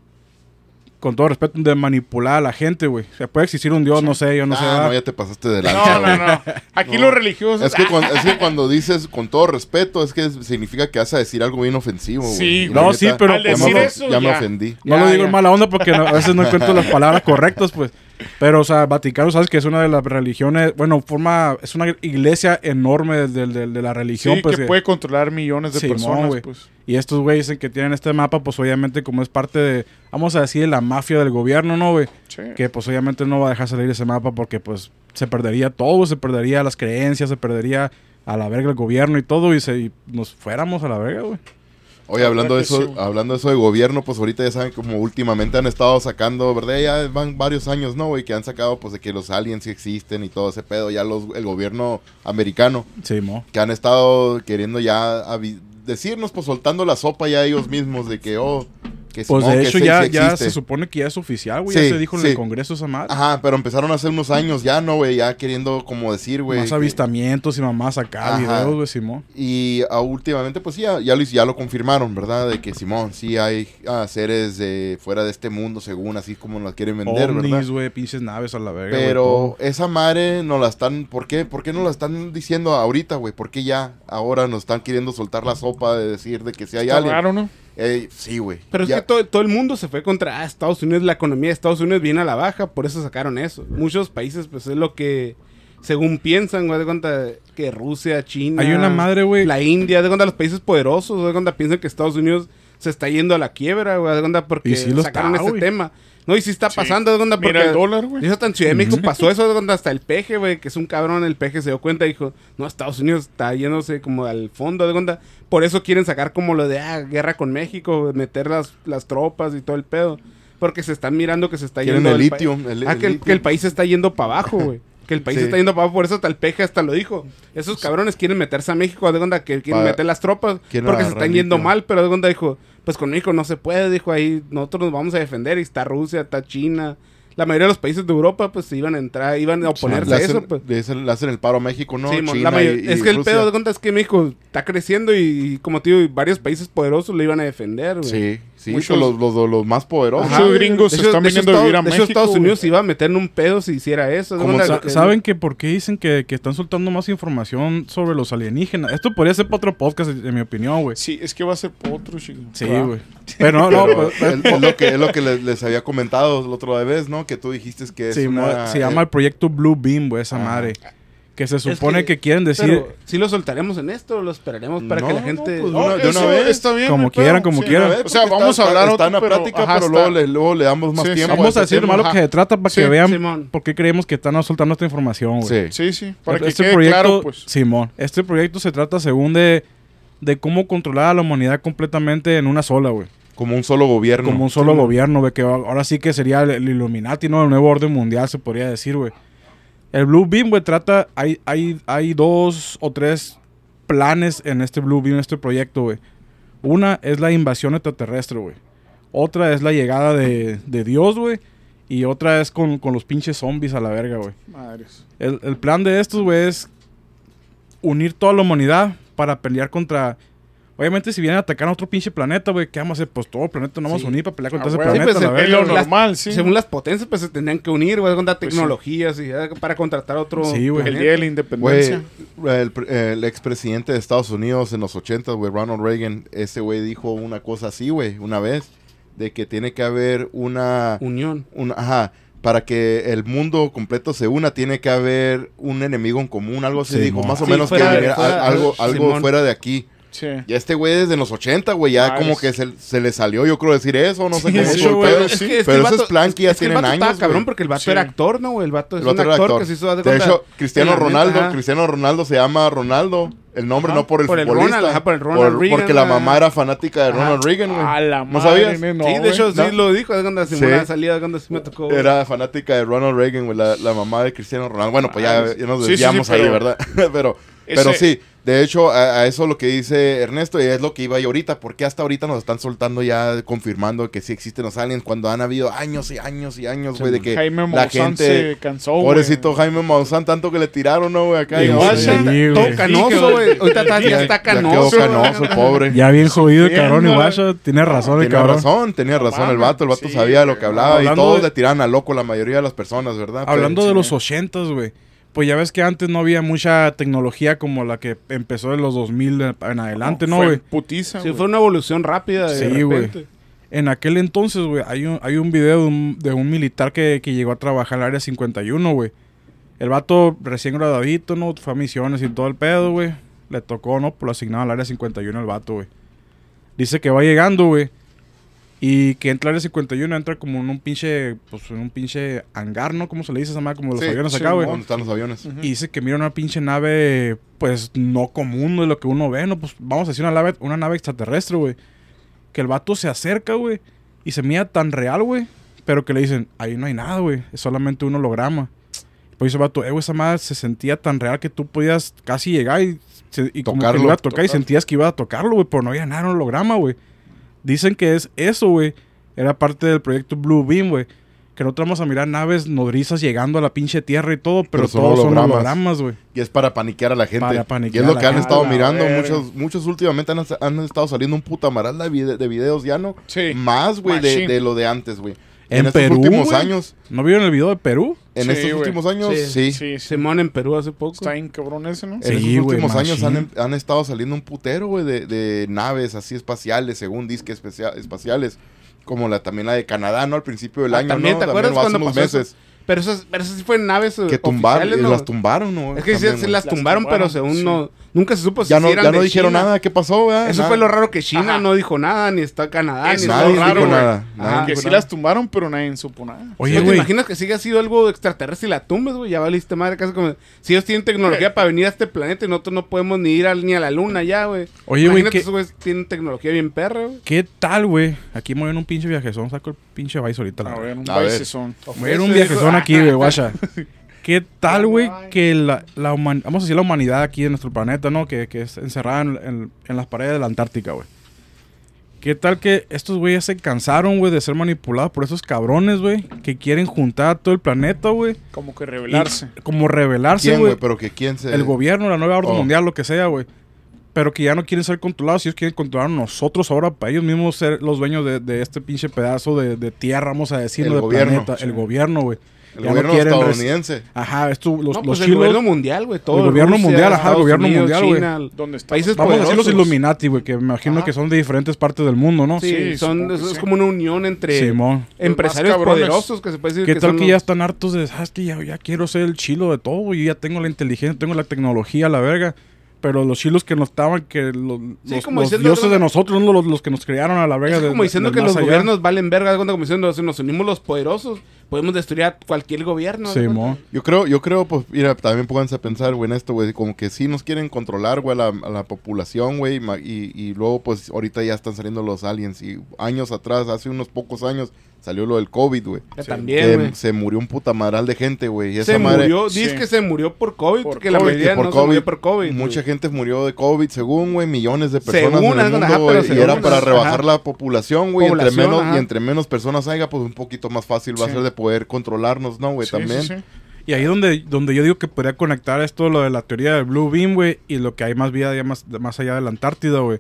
Con todo respeto, de manipular a la gente, güey. O sea, puede existir un Dios, no sé, yo no sé, ¿verdad? No, ya te pasaste de lanza, No, güey. no, no. Aquí No. los religiosos... Es que cuando dices con todo respeto, es que significa que vas a decir algo bien ofensivo, güey. Sí, Y güey. la No, neta, sí, pero al pues, decir no, eso, ya me ya. ofendí. no Ya, lo digo ya. en mala onda porque a veces no encuentro las palabras correctas, pues. Pero, o sea, el Vaticano, sabes que es una de las religiones, bueno, es una iglesia enorme de la religión, Sí, pues. que puede controlar millones de Simón, personas, güey. pues. Y estos güeyes dicen que tienen este mapa, pues obviamente como es parte de, vamos a decir, de la mafia del gobierno, ¿no, güey? Sí. Que pues obviamente no va a dejar salir ese mapa porque pues se perdería todo, se perdería las creencias, se perdería a la verga el gobierno y todo y nos fuéramos a la verga, güey. Oye, hablando de verdad que eso, sí, güey. hablando de eso de gobierno, pues ahorita ya saben como últimamente han estado sacando, ¿verdad? Ya van varios años, ¿no, güey? Que han sacado pues de que los aliens sí existen y todo ese pedo, ya el gobierno americano, Sí, mo. que han estado queriendo ya decirnos, pues soltando la sopa ya ellos mismos de que, que Pues Simón, de que hecho sí, ya sí existe. se supone que ya es oficial, güey. Sí, Ya se dijo en sí. el Congreso esa madre. Ajá, pero empezaron hace unos años ya, ¿no, güey? Ya queriendo como decir, güey. Más que- avistamientos y mamás acá, Ajá. videos, güey, Simón. Y últimamente, pues sí, ya lo confirmaron, ¿verdad? De que Simón, sí hay seres de fuera de este mundo, según así como nos quieren vender, ¿verdad? Ovnis, güey, pinches naves a la verga, güey, Pero todo. esa madre nos la están... ¿Por qué? ¿Por qué no la están diciendo ahorita, güey? ¿Por qué ya ahora nos están queriendo soltar la sopa de decir de que sí hay Está alguien? raro, ¿no? Sí, güey. Pero es Ya- que todo el mundo se fue contra Estados Unidos, la economía de Estados Unidos viene a la baja, por eso sacaron eso. Muchos países, pues es lo que, según piensan, güey, de cuenta que Rusia, China, Hay una madre, güey. la India, de cuenta los países poderosos, de cuenta piensan que Estados Unidos se está yendo a la quiebra, güey, de cuenta porque Y sí lo sacaron está, ese güey. tema. No, y sí está Sí. pasando, de cuenta porque... Mira el dólar, güey. Dijo hasta en Ciudad de México pasó eso, de cuenta hasta el peje, güey, que es un cabrón, el peje se dio cuenta y dijo, no, Estados Unidos está yéndose como al fondo, de cuenta. Por eso quieren sacar como lo de, guerra con México, meter las tropas y todo el pedo. Porque se están mirando que se está Quieren yendo... el el pa- litio. que el país se está yendo para abajo, güey. Que el país Sí. se está yendo para abajo, por eso hasta el peje hasta lo dijo. Esos cabrones quieren meterse a México, de cuenta que quieren Pa- meter las tropas, quieren porque se agarrar están yendo litio. mal, pero de cuenta dijo, pues con México no se puede, dijo ahí, nosotros nos vamos a defender, y está Rusia, está China, la mayoría de los países de Europa, pues, iban a oponerse a eso, pues. Le hacen el paro a México, ¿no? Sí, China es que el Rusia. pedo de cuenta es que México está creciendo y como te digo, y varios países poderosos le iban a defender, güey. Sí, Muchos- los más poderosos. Ajá. Muchos gringos se están viniendo a vivir a De hecho, México, Estados güey. Unidos se iba a meter en un pedo si hiciera eso. Como ¿Saben que por qué dicen que están soltando más información sobre los alienígenas? Esto podría ser para otro podcast, en mi opinión, güey. Sí, es que va a ser por otro, chico. Sí, Ah. güey. Pero no, Pero pues, es lo que les había comentado la otra vez, ¿no? Que tú dijiste que es sí, una... se llama el proyecto Blue Beam, güey, esa Ajá. madre. Que se supone que quieren decir... Pero, ¿sí lo soltaremos en esto o lo esperaremos para No, que la no, gente... pues, No, de una eso vez. está bien. Como no hay quieran, pedo. como Sí, quieran. una vez, o sea, vamos a hablar está en la otro, pero, plática, ajá, pero está- luego le damos más Sí, tiempo. Vamos a este decir tema. más lo que se trata para que Sí, vean Simón. por qué creemos que están soltando esta información, güey. Sí. Sí, para que Este quede proyecto, claro, pues. Simón, este proyecto se trata según de cómo controlar a la humanidad completamente en una sola, güey. Como un solo gobierno. Como un solo gobierno, güey, que ahora sí que sería el Illuminati, ¿no? El nuevo orden mundial, se podría decir, güey. El Blue Beam, güey, trata... Hay 2 o 3 planes en este Blue Beam, en este proyecto, güey. Una es la invasión extraterrestre, güey. Otra es la llegada de Dios, güey. Y otra es con los pinches zombies a la verga, güey. Madres. El plan de estos, güey, es unir toda la humanidad para pelear contra... Obviamente, si vienen a atacar a otro pinche planeta, güey, ¿qué vamos a hacer? Pues todo el planeta nos vamos a unir para pelear contra ese güey. planeta, Sí, pues, la el verga, Es lo güey. normal, sí. Según las potencias, pues se tendrían que unir, güey, con las Pues, tecnologías y para contratar otro... Sí, güey. El día de la Güey, independencia. el expresidente de Estados Unidos en los 80, güey, Ronald Reagan, ese güey dijo una cosa así, güey, una vez, de que tiene que haber una... Unión. Ajá, para que el mundo completo se una, tiene que haber un enemigo en común, algo así Sí, dijo, mo. más o Sí, menos que fuera- hubiera fuera- algo Simón. fuera de aquí. Sí. Ya este güey desde los 80, güey, ya Ah, como es- que se le salió, yo creo, decir eso, no sé Sí, cómo sí, estuvo el güey, pedo. sí. Pero ese es plan que ya es tienen el vato años, estaba cabrón güey. porque el vato Sí. era actor, ¿no, güey? El vato es El vato un era actor actor. que se hizo... De hecho, Cristiano en la neta, Ronaldo, ajá. Cristiano Ronaldo se llama Ronaldo. El nombre Ajá, no por el por el futbolista. Ronald, ajá, por el Ronald Reagan, porque la ajá. mamá era fanática de Ajá. Ronald Reagan, güey. A la ¿No madre, sabías? no, Sí, de hecho, sí ¿no? lo dijo. Es cuando Sí. Simona salía, es cuando sí me tocó. güey. Era fanática de Ronald Reagan, güey, la mamá de Cristiano Ronaldo. Bueno, pues ya nos Sí, sí, desviamos sí, ahí, pero- ¿verdad? pero Ese- sí, de hecho, a eso lo que dice Ernesto, y es lo que iba yo ahorita, porque hasta ahorita nos están soltando ya, confirmando que sí existen los aliens, cuando han habido años y años y años, güey, de que Jaime la Maussan gente... se cansó, güey. Pobrecito Jaime Maussan, tanto que le tiraron, ¿no, güey? Acá Sí, y güey. guacha. Sí, Todo güey. canoso, güey. Ahorita ya está Ya quedó canoso. canoso, el pobre. Ya bien jodido el cabrón y Sufriendo, guacho. Tiene razón el Tenía cabrón. razón, tenía razón el vato Sí, sabía lo que hablaba y hablando todos de- le tiraban a loco la mayoría de las personas, ¿verdad? Hablando Pero- de los 80s, güey. Pues ya ves que antes no había mucha tecnología como la que empezó en los 2000 en adelante, ¿no, Fue güey? putiza, Sí, güey. fue una evolución rápida. De Sí, güey. repente. En aquel entonces, güey, hay un video de un militar que llegó a trabajar en el área 51, güey. El vato recién graduadito, ¿no? Fue a misiones y todo el pedo, güey. Le tocó, ¿no? Pues lo asignaron al área 51 al vato, güey. Dice que va llegando, güey. Y que entra al área 51, entra como en un pinche, pues en un pinche hangar, ¿no? ¿Cómo se le dice esa madre? Como los Sí, aviones sí, acá, güey. ¿Dónde están los aviones? Ujú. Y dice que mira una pinche nave, pues, no común de lo que uno ve, ¿no? Pues vamos a decir una nave extraterrestre, güey. Que el vato se acerca, güey, y se mira tan real, güey. Pero que le dicen, ahí no hay nada, güey. Es solamente un holograma. Pues dice el vato, güey, esa madre se sentía tan real que tú podías casi llegar y como que Tocarlo. le iba a tocar y sentías que iba a tocarlo, güey. Pero no había nada en el holograma, güey. Dicen que es eso, güey. Era parte del proyecto Blue Beam, güey. Que nosotros vamos a mirar naves nodrizas llegando a la pinche tierra y todo, pero son todos son hologramas. hologramas, güey. Y es para paniquear a la gente. Para y paniquear es lo a que la han gente. estado A la mirando. verga. Muchos últimamente han estado saliendo un puta maral de videos ya, ¿no? Sí. Más, güey, Machine. de lo de antes, güey. En estos Perú, últimos güey. años. ¿No vieron el video de Perú? En Sí, estos güey. últimos años, Sí. sí. Sí, sí. Simón en Perú hace poco. Está bien cabrón ese, ¿no? En Sí, estos güey, últimos años machine. han estado saliendo un putero, güey, de naves así espaciales, según disques espaciales. Como también la de Canadá, ¿no? Al principio del año, También, ¿no? ¿te acuerdas hace cuando unos pasó eso? meses. Pero eso sí fue en naves Que tumbaron, oficiales, ¿no? las tumbaron, ¿no? Es que sí, También, sí güey. las Las tumbaron, pero tumbaron, según sí. no... Nunca se supo si Ya no, eran ya no de dijeron China. nada. ¿Qué pasó, güey? Eso Nada. fue lo raro que China Ajá. no dijo nada, ni está Canadá, Eso ni es Nadie lo dijo raro, güey. nada. Ajá. Nadie Que dijo sí nada. las tumbaron, pero nadie supo nada. Oye, Pues, ¿te güey. imaginas que siga sido algo extraterrestre y la tumbes, güey? Ya valiste madre, casi como... Si ellos tienen tecnología para venir a este planeta y nosotros no podemos ni ir ni a la luna ya, güey. Oye, güey, Imagínate ¿qué- esos güeyes tienen tecnología bien perra, güey. ¿Qué tal, güey? Aquí me voy en un pinche viajezón. Saco el pinche vice ahorita. La A verdad. ver, un A ver. baisezón. Me voy a ir un viajezón aquí, güey, guacha. ¿Qué tal, güey, que vamos a decir la humanidad aquí en nuestro planeta, ¿no? Que es encerrada en las paredes de la Antártica, güey. ¿Qué tal que estos güeyes se cansaron, güey, de ser manipulados por esos cabrones, güey? Que quieren juntar a todo el planeta, güey. Como que rebelarse. Como rebelarse, ¿Quién, güey. güey? Pero que quién se... El gobierno, la nueva orden Oh. mundial, lo que sea, güey. Pero que ya no quieren ser controlados. Ellos quieren controlar a nosotros ahora para ellos mismos ser los dueños de este pinche pedazo de tierra, vamos a decirlo, El de gobierno, planeta. sí. El gobierno, güey. El Ya no gobierno quieren estadounidense. Ajá, esto, los Pues el chilos... gobierno mundial, güey. Todo El gobierno mundial, ajá, el Estados gobierno Unidos, mundial, güey. China, ¿Dónde está? países Vamos a decir los poderosos. Illuminati, güey, que me imagino Ajá. que son de diferentes partes del mundo, ¿no? Sí, Sí, son, supongo que es sí. como una unión entre Simón. empresarios Los más cabrones. poderosos que se puede decir ¿Qué que tal son que los- ya están hartos de, sabes que ya quiero ser el chilo de todo, güey? Yo ya tengo la inteligencia, tengo la tecnología, la verga. Pero los chilos que nos estaban, que Sí, los como diciendo, dioses ¿no? de nosotros, no los que nos crearon a la verga. Es como diciendo del que más los allá. gobiernos valen verga, ¿de cuenta? Como diciendo, si nos unimos los poderosos, podemos destruir a cualquier gobierno. ¿de Simón. cuenta? Yo creo, pues, mira, también pónganse a pensar, güey, en esto, güey, como que sí nos quieren controlar, güey, a la población, güey, y luego, pues, ahorita ya están saliendo los aliens, y años atrás, hace unos pocos años, salió lo del COVID, güey. Que Que también, güey. se murió un puta madral de gente, güey, y esa Se madre... murió, Sí. dice que se murió por COVID, Por porque la COVID, mayoría no se murió por COVID. Mucha güey. gente murió de COVID, según, güey, millones de personas Según, en el mundo, ajá, güey, pero y era según, para ajá. rebajar la población, güey, Población, ajá. y entre menos personas haya, pues un poquito más fácil va a Sí. ser de poder controlarnos, ¿no, güey? Sí, También. sí, sí. Y ahí donde yo digo que podría conectar esto, lo de la teoría del Blue Beam, güey, y lo que hay más vida ya más allá de la Antártida, güey.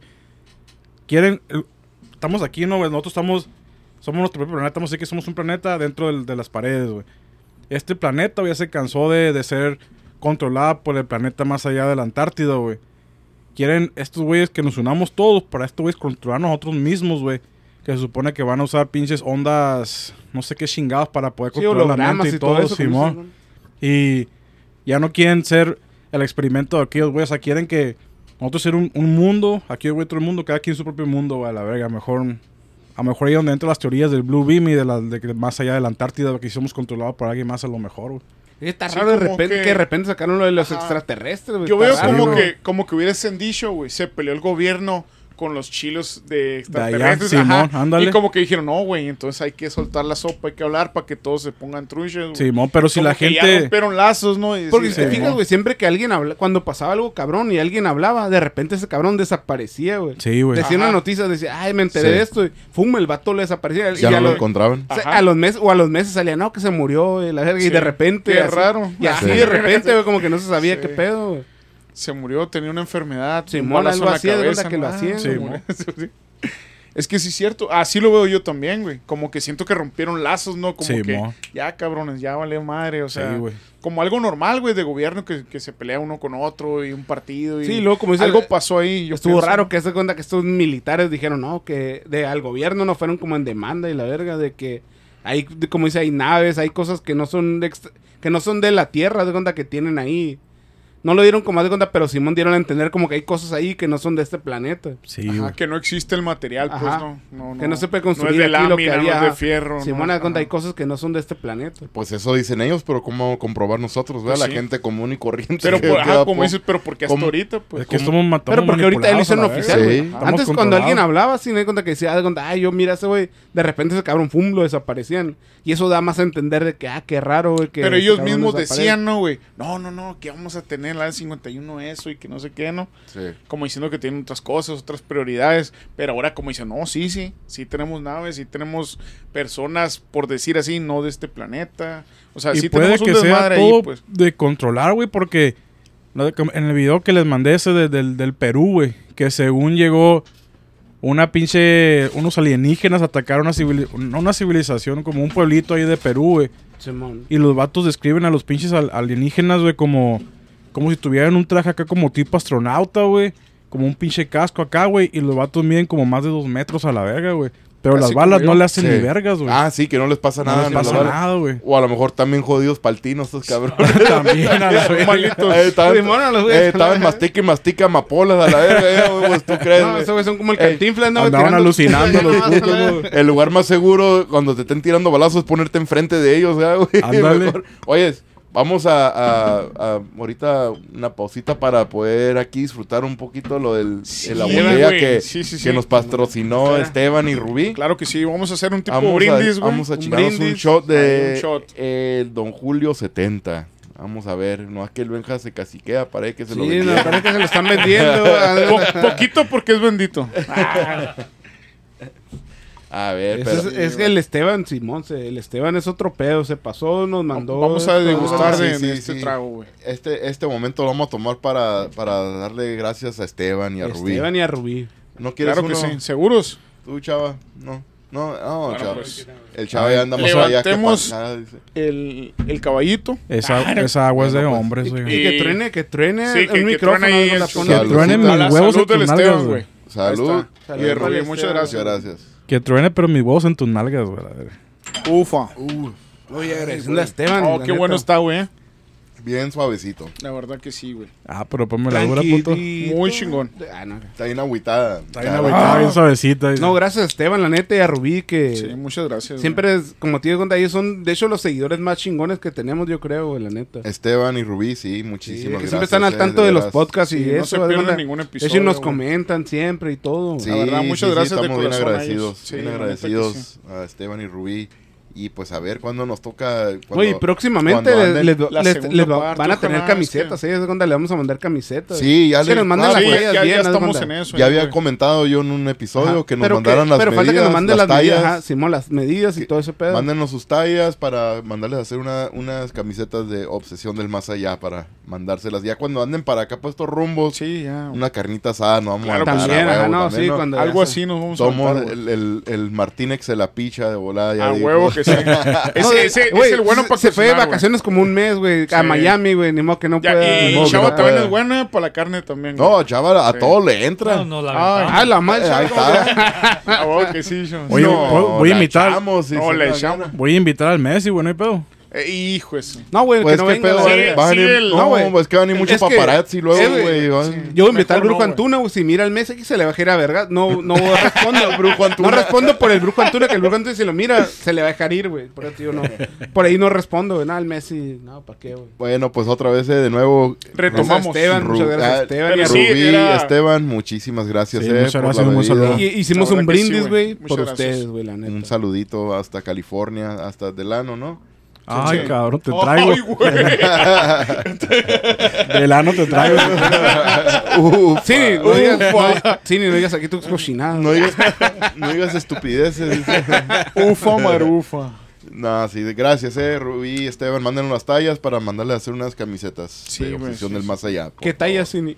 Estamos aquí, ¿no, güey? Nosotros somos nuestro propio planeta, así que somos un planeta dentro de las paredes, güey. Este planeta, güey, ya se cansó de ser controlado por el planeta más allá de la Antártida, güey. Quieren estos güeyes que nos unamos todos para estos güeyes controlar nosotros mismos, güey. Que se supone que van a usar pinches ondas, no sé qué chingados para poder Sí, controlar la hologramas mente y y todo todo, eso. Simón. como dicen, Y ya no quieren ser el experimento de aquellos güeyes. O sea, quieren que nosotros ser un mundo, aquí güey, otro mundo, cada quien su propio mundo, güey, a la verga. A lo mejor ahí donde entran las teorías del Blue Beam y de que más allá de la Antártida, que somos controlados por alguien más, a lo mejor, güey. Está Sí, raro de como repente que- que de repente sacaron lo de los Ajá. extraterrestres, güey. Yo Está veo raro, Sí, como güey. que hubiesen dicho, güey, se peleó el gobierno con los chilos de De allá, extraterrestres. Simón, ajá, ándale. y como que dijeron, no, güey, entonces hay que soltar la sopa, hay que hablar para que todos se pongan truchas, güey. Simón, pero si Como la que ya gente... rompieron lazos, ¿no? Y Porque decir, si te Sí, fijas, ¿no? güey, siempre que alguien habla, cuando pasaba algo cabrón y alguien hablaba, de repente ese cabrón desaparecía, güey. Sí, güey. Decía una Ajá. noticia, decía, ay, me enteré Sí. de esto, y fum, el vato le desaparecía. Ya y no a lo lo- encontraban. o sea, Ajá. a los meses salía, no, que se murió, la verga, y Sí. de repente. Qué así- raro. Y así Sí. de repente, güey, como que no se sabía Sí. qué pedo, güey. se murió, tenía una enfermedad, Simón, un balazo algo en la así, de cabeza, cuenta que lo ¿no? hacían, se güey. murió. Sí. Es que sí es cierto, así lo veo yo también, güey. Como que siento que rompieron lazos, ¿no? Como que Simón. ya, cabrones, ya vale madre, o sea, Sí, güey. como algo normal, güey, de gobierno que se pelea uno con otro y un partido y Sí, luego como dice, algo pasó ahí. Yo Estuvo pienso. raro que se cuenta que estos militares dijeron, no, que al gobierno no fueron como en demanda y la verga, de que hay, como dice, hay naves, hay cosas que no son que no son de la tierra, de cuenta que tienen ahí. No lo dieron como de cuenta, pero Simón dieron a entender como que hay cosas ahí que no son de este planeta. Sí, Ajá, güey. que no existe el material, pues, Ajá. no. Que no se puede construir no es de aquí lo que lámina, había. no es de fierro. Simón, no, de cuenta, ajá. hay cosas que no son de este planeta. Pues eso dicen ellos, pero ¿cómo comprobar nosotros, Pues la sí. gente común y corriente? Pero, que pues, ajá, queda como po- dices, pero porque hasta ¿Cómo? ahorita, pues. Es que ¿cómo? estamos Pero porque ahorita lo hicieron oficial, Sí. güey. Estamos Antes cuando controlados. alguien hablaba, sí me di cuenta que decía, de cuenta, ay, yo mira ese güey, de repente ese cabrón, fum, lo desaparecían. Y eso da más a entender de que, qué raro, güey, que Pero ese ellos cabrón mismos desaparezca. decían, ¿no, güey? No, que vamos a tener la 51 eso y que no sé qué, ¿no? Sí. Como diciendo que tienen otras cosas, otras prioridades. Pero ahora como dicen, no, sí tenemos naves, sí tenemos personas, por decir así, no de este planeta. O sea, Y sí puede tenemos un que sea desmadre todo ahí, pues. de controlar, güey, porque en el video que les mandé ese del Perú, güey, que según llegó unos alienígenas a atacar una civilización, como un pueblito ahí de Perú, güey. Simón. Y los vatos describen a los pinches alienígenas, güey, como si tuvieran un traje acá como tipo astronauta, güey. Como un pinche casco acá, güey. Y los vatos miden como más de 2 metros a la verga, güey. Pero Casi las balas como yo. no le hacen Sí. ni vergas, güey. Ah, sí, que no les pasa no nada. les ni pasa la bala. nada, güey. O a lo mejor también jodidos paltinos estos cabrones. También a la verga. Malitos. Estaban Simón, a los güeyes. estaban mastica y mastica amapolas a la verga, güey, pues, ¿tú crees, No, güey? esos güeyes son como el Ey, Cantinflas, ¿no? güey? Andaban Tirando- alucinando los Más, putos, ¿no? güey. El lugar más seguro cuando te estén tirando balazos es ponerte enfrente de ellos, güey. Ándale. Mejor. Oyes, vamos a ahorita una pausita para poder aquí disfrutar un poquito lo de la güey. botella que Sí. que nos patrocinó Espera. Esteban y Rubí. Claro que sí, vamos a hacer un tipo Vamos brindis, güey. vamos a Un chingarnos un brindis. shot Ahí, de un shot. el Don Julio 70. Vamos a ver, no es que el Benja se caciquea, parece que se lo Sí, vendieron. me parece que se lo están vendiendo. Poquito porque es bendito. A ver, Es que el Esteban, Simón, el Esteban es otro pedo, se pasó, nos mandó... Vamos a degustar de sí, este sí. trago, güey. Este momento lo vamos a tomar para darle gracias a Esteban y a Rubí. Esteban y a Rubí. ¿No quieres Claro que uno? sí. ¿Seguros? ¿Tú, chava? No, Bueno, chava. pues, El chava ya anda más allá que levantemos para acá, dice. el caballito. Esa agua es de Bueno, pues. hombres, güey. Y que truene Sí, que el micrófono. truene ahí no la el pone. Que Salud. truenen A mis la huevos en salud del tus Esteban, nalgas, güey. güey. Salud. Y de Rubí, muchas gracias. Muchas gracias. Que truene, pero mis huevos en tus nalgas, güey. Ufa. Oye, agradeciendo a Esteban. Oh, la qué neta. bueno está, güey. Bien suavecito. La verdad que sí, güey. Ah, pero ponme la dura, puto. Tranquilito. Muy chingón. Ah, no. Está bien agüitada. Está bien agüitada, bien suavecita. No, gracias a Esteban, la neta, y a Rubí, que Sí, muchas gracias. siempre es, como te digo, cuenta, ellos son, de hecho, los seguidores más chingones que tenemos, yo creo, güey, la neta. Esteban y Rubí, sí, Sí, muchísimas que gracias. siempre están al tanto de los podcasts Sí, y no eso. se haz de pierden cuenta. ningún De episodio, hecho, nos güey. comentan siempre y todo. Sí, La verdad, muchas gracias de estamos bien corazón a agradecidos. ellos. Sí, Bien la neta que agradecidos a Esteban y Rubí. Y pues a ver cuándo nos toca. Oye, próximamente cuando anden- la segunda parte, van a tener ojalá, camisetas, es ¿eh? Es cuando le vamos a mandar camisetas. Sí, ya que nos manden ah, las Sí, pues, huellas ya bien, haz de estamos cuenta. en eso. ya había güey. comentado yo en un episodio Ajá. que nos Pero mandaran las pero medidas, falta que nos manden las medidas, tallas. ajá, Simón, las medidas y todo ese pedo. Mándenos sus tallas para mandarles a hacer unas camisetas de Obsesión del Más Allá para mandárselas. Ya cuando anden para acá por estos rumbos, Sí, ya. una carnita asada, no vamos Claro, a aventar, También, a huevo, ajá, no, también, sí, ¿no? cuando Algo ya así nos vamos a Somos aventar, güey. el Martínez se la picha de volada. Ya A dijo. huevo que sí. ese Güey, es el bueno para se fue de cocinar, vacaciones como un mes, güey, a Sí. Miami, güey, ni modo que no güey. pueda. Ya, Ni y modo el que chavo no también pueda. es buena para la carne también. güey. No, chaval, a Sí. todo le entra. No, no la Ay, aventamos. la madre, Ahí está. A huevo que sí, yo. Oye, voy a la invitar- echamos, sí, No, sí, le la echamos. gana. Voy a invitar al Messi, güey, no hay pedo. Hijo eso. No, güey, Pues que no qué venga. pedo, sí, va a venir- sí, no, güey. pues que van a venir muchos Es que- paparazzi luego, güey, güey. van- sí. Yo voy a invitar al Mejor Brujo no, Antuna, güey. Si mira al mes aquí se le va a girar a verga. No respondo. Brujo Antuna. No respondo por el Brujo Antuna, que el Brujo Antuna si lo mira, se le va a dejar ir, güey. Por eso yo no. Por ahí no respondo, güey. Nada, el Messi. No, ¿para qué, güey? Bueno, pues otra vez de nuevo. Retomamos. Esteban, muchas gracias a Esteban. pero y a sí, Rubí, era- Esteban, muchísimas gracias, Sí, muchas por gracias, la un buen bebida. saludo. Y hicimos La un verdad que sí, brindis, güey. güey, Muchas por gracias. ustedes, güey, la neta. Un saludito hasta California, hasta Delano, ¿no? Ay, sí. cabrón, te traigo. Ay, güey. Delano te traigo. Sí, no digas aquí tus cochinadas. No digas estupideces. dice. Ufa, marufa. No, sí, gracias, Rubí, Esteban, manden unas tallas para mandarle a hacer unas camisetas Sí, de güey, Obsesión sí, del sí. Más Allá. por ¿Qué talla favor. sin.?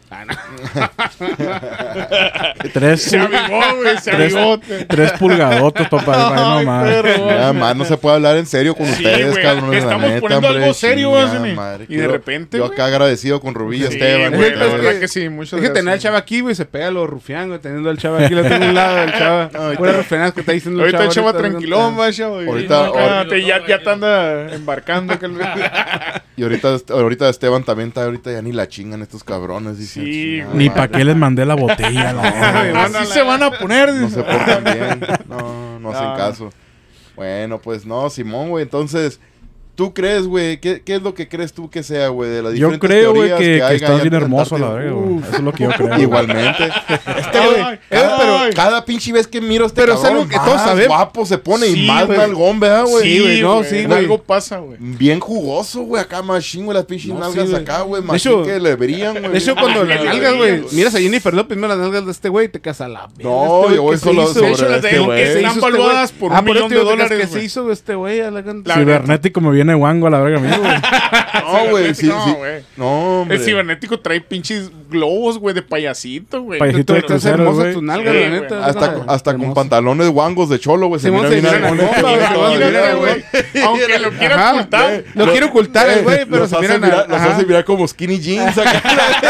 Tres, Se avivó, güey, se avivó. tres pulgadotes, papá. Ay, no mames. Nada más, no se puede hablar en serio con Sí, ustedes, güey, cabrones. la estamos neta, poniendo hombre, algo serio, chingada Anthony. madre. Y de repente, Yo güey. acá agradecido con Rubí y Sí, Esteban. güey, güey, la la verdad verdad. que sí, muchas Es que tener al gracias. chava aquí, güey, se pega a los rufián, güey, teniendo al chava aquí, lo tengo a un lado del chava. Pura refrenada que está diciendo Ahorita el chava ahorita, tranquilón, va, chavo. y Ahorita- no, acá ahorita- ya te anda embarcando. Y ahorita Esteban también está, ahorita ya ni la chingan estos cabrones. Dicen, Sí, chingada Ni madre. para qué les mandé la botella, la verga. Así se van a poner. No se portan bien. No hacen No. caso. Bueno, pues no, Simón, güey. Entonces, ¿tú crees, güey? ¿Qué es lo que crees tú que sea, güey? De las Yo diferentes creo, güey, teorías que haya estás ya bien en hermoso, a la Antártida? verga, güey. Eso es lo que yo creo. Igualmente. Ay, Pero ay. cada pinche vez que miro a este Pero es cabrón, algo que todos más sabemos. guapo se pone Sí, y más güey. nalgón, ¿verdad, güey? Sí, güey, no, sí, güey. Algo pasa, güey. Bien jugoso, güey. Acá machín, güey. Las pinches No, nalgas sí, güey. acá, güey. De Machín hecho- que le verían, güey. De hecho, cuando Sí, las güey, nalgas, güey, güey. miras a Jennifer López, mira las nalgas de este güey, te casas a la verga. No, Este yo güey, voy ¿qué se solo hizo? sobre De hecho, las de este él güey. están ¿Qué hizo este valuadas güey? por Ah, un por millón eso de te digo, dólares, ¿qué güey. se hizo este güey? A la gan- La- Cibernético me viene guango a la verga, amigo, güey. No, güey. Sí, No, sí. güey. No, hombre. El cibernético trae pinches globos, güey, de payasito, güey. Payasito de Estás crucero, hermosa güey. tus nalgas, Sí, la güey. neta. Hasta con Hermoso. pantalones guangos de cholo, güey. Se Simón, mira se bien mira algón la este bomba, güey, güey, todavía, mira, güey. Aunque lo quiera Ajá. ocultar. Lo quiere ocultar el güey, pero Los se hace miran mirar- los ajá. hace mirar como skinny jeans acá.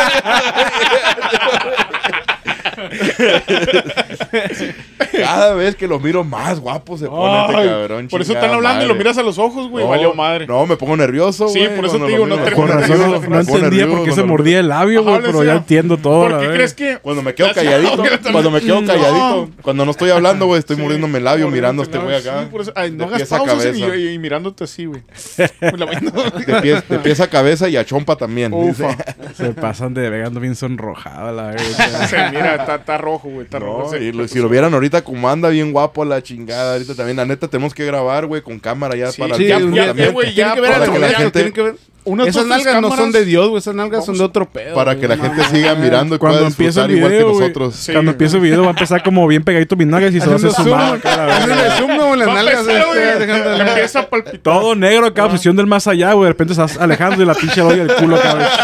Cada vez que lo miro más guapo se pone este Ay, cabrón. por eso chingada están hablando y lo madre. miras a los ojos, güey. No, Valió madre. No, me pongo nervioso, Sí, güey. por eso cuando te lo digo, no miro. termino Con de razón, decir la no frase. entendía por qué se mordía el labio, Ajá, güey, le pero decía, ya entiendo todo, ¿Por la qué verga. crees que...? Cuando me quedo calladito, cuando me quedo calladito, cuando no estoy hablando, güey, estoy mordiéndome el labio mirando a este güey acá. Sí, por eso. Ay, no De hagas pies a pausas cabeza. y mirándote así, güey. De pies a cabeza y a chompa también. Ufa. Se pasan de vegando bien sonrojado, la verga. Se mira, está rojo, güey, está rojo. No, Sí, y si lo vieran ahorita como anda bien guapo la chingada. Ahorita también, la neta, tenemos que grabar, güey, con cámara ya para Sí, el ya, también. güey, tienen que ver para a que la gente- tienen que ver. Unas Esas dos, tres nalgas no son cámaras. de Dios, güey. Esas nalgas son de otro pedo. Para güey. que la gente siga mirando y Cuando pueda empiece el disfrutar igual que video, güey. nosotros. Sí, Cuando güey. empiece el video va a empezar como bien pegadito mis nalgas y se va a hacer Haciendo sumar zoom, acá, la verga. haciendo zoom, güey, las Va a nalgas. empezar, güey. dejando- Le empieza a palpitar. Todo negro acá, obsesión del más allá, güey. De repente estás alejando y la pinche doy el culo acá, güey.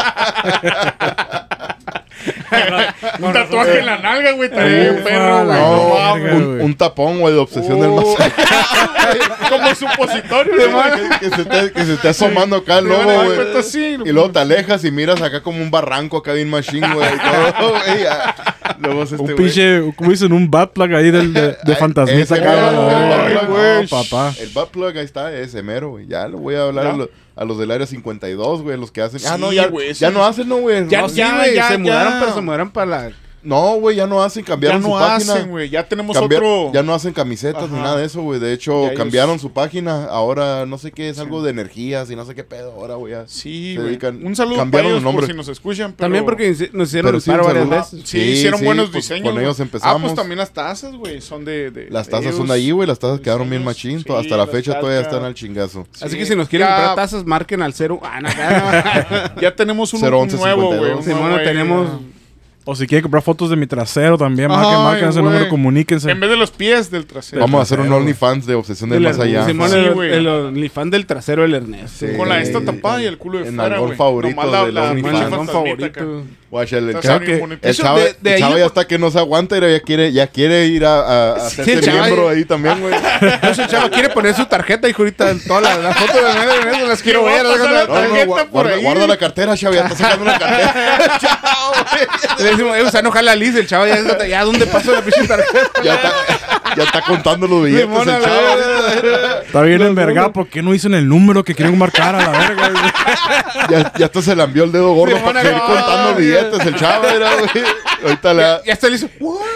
Un tatuaje en la nalga, güey. Estaría bien Ufa, perro, güey. la No verga, mames. güey. Un tapón, güey, de obsesión del más allá. Como supositorio, Sí, güey. güey, que se esté asomando acá el Te van a lobo, dar güey. cuenta así, Y luego te alejas y miras acá como un barranco acá bien machine, güey. Y todo, güey. ya. Luego es este, Un güey. pinche, como dicen, un butt plug ahí de Ay, fantasmita ese acá. mero, la verga. el butt plug, No, güey. papá. El butt plug, ahí está, ese mero, güey. Ya lo voy a hablar ¿Ya? a los del área 52, güey, los que hacen. Sí, no, ya, güey, ya eso- no hacen, ¿no, güey? Ya- No, Sí, güey, ya, se ya. mudaron, pero se mudaron para la... No, güey, ya no hacen, Ya cambiaron su no página. hacen, güey. Ya tenemos Cambia- otro. Ya no hacen camisetas ni Ajá. nada de eso, güey. De hecho, Ya ellos- cambiaron su página. Ahora no sé qué, es algo de energías y no sé qué pedo. Ahora, güey. ya Sí, se güey. dedican- Un saludo para cambiaron ellos el nombre. por si nos escuchan. Pero... También porque nos hicieron Pero el sí, paro un varias saludo. veces. Sí, Sí, hicieron sí, buenos pues, diseños. con ellos güey. empezamos. Pues también las tazas, güey. Son de Las tazas ellos. son de ahí, güey. Las tazas quedaron bien Diseños. machín. Sí, Hasta la las fecha todavía tazas. están al chingazo. Sí. Así que si nos quieren Ya- comprar tazas, marquen al 0. Ah, no, no. Ya tenemos un 011 nuevo, güey. 52. un Simón, nuevo ahí, tenemos... O si quieren comprar fotos de mi trasero también, Ay, marquen ese güey. número, comuníquense. En vez de los pies del trasero. Vamos a hacer un trasero. OnlyFans de obsesión del más allá. Simón, Sí, el güey. OnlyFans del trasero del Ernesto. Sí. Con la esta tapada y el culo de En fuera, algún güey. favorito Nomás del la OnlyFans. pinche Algún fantasmita acá. favorito. Guacha, el Está chavo, bien bonito. el Eso chavo, de el ahí chavo yo- ya está que no se aguanta y ya quiere ir a hacerse el chavo miembro ya- ahí también, güey. Entonces el chavo quiere poner su tarjeta y ahorita todas las fotos de Ernesto las quiero Le voy a ver. pasar la tarjeta por guarda, ahí. guarda la cartera, chavo, ya está sacando la cartera. Chao, güey. Le decimos, o sea, no jala Liz, el chavo ya ¿dónde pasó la pinche tarjeta? Ya está contando los billetes Simón, el a chavo. ver. Está bien envergado, ¿por qué no dicen el número que quieren marcar a la verga, güey? Ya hasta se le envió el dedo gordo Simón, para seguir no, contando güey. billetes el chavo, era, güey. Ahorita Ya está listo.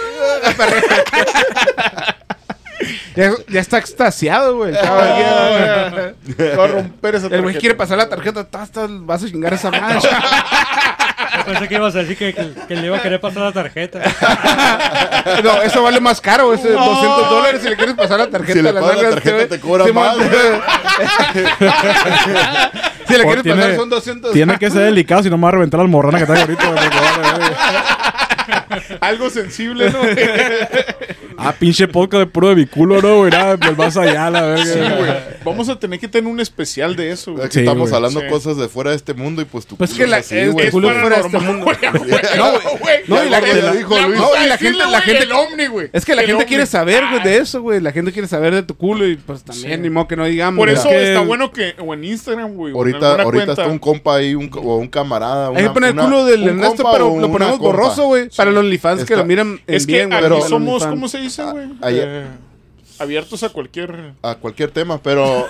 Ya está extasiado, güey. El chavo. Va a romper esa El güey tarjeta. quiere pasar la tarjeta. Vas a chingar esa madre. Yo pensé que ibas a decir que le iba a querer pasar la tarjeta. No, eso vale más caro. Ese $200 si le quieres pasar la tarjeta. Si le a las pagas la nalgas, tarjeta, güey. te cobra Simón. más, güey. Si le O quieres tiene- pasar son 200. Tiene que ser delicado, si no me va a reventar la almorrana que trae ahorita, güey, porque vale, güey. Algo sensible, ¿no? Ah, pinche podcast de puro de mi culo, ¿no, güey? Nada, pues vas allá, la verga. Sí, güey. Vamos a tener que tener un especial de eso, güey. Aquí Sí, estamos güey. hablando Sí. cosas de fuera de este mundo y pues tu Pues culo que la- así, es- güey. el culo fuera de este paranormal, mundo. güey. No, y la Ya gente le dijo Luis. No, y la gente, El Omni, güey. es que la El gente Omni. quiere saber, güey, de eso, güey. La gente quiere saber de tu culo y pues también, Sí. ni modo que no digamos. Por ¿verdad? eso que- está bueno que, o en Instagram, güey. o en Ahorita alguna ahorita cuenta. está un compa ahí, o un camarada. Hay que poner el culo del un Ernesto, compa pero o lo una ponemos compa. borroso, güey. Para los OnlyFans que Está- lo miran en Es que bien, güey. aquí pero- los somos, OnlyFans. ¿cómo se dice, güey? Ayer- Abiertos a cualquier... A cualquier tema, pero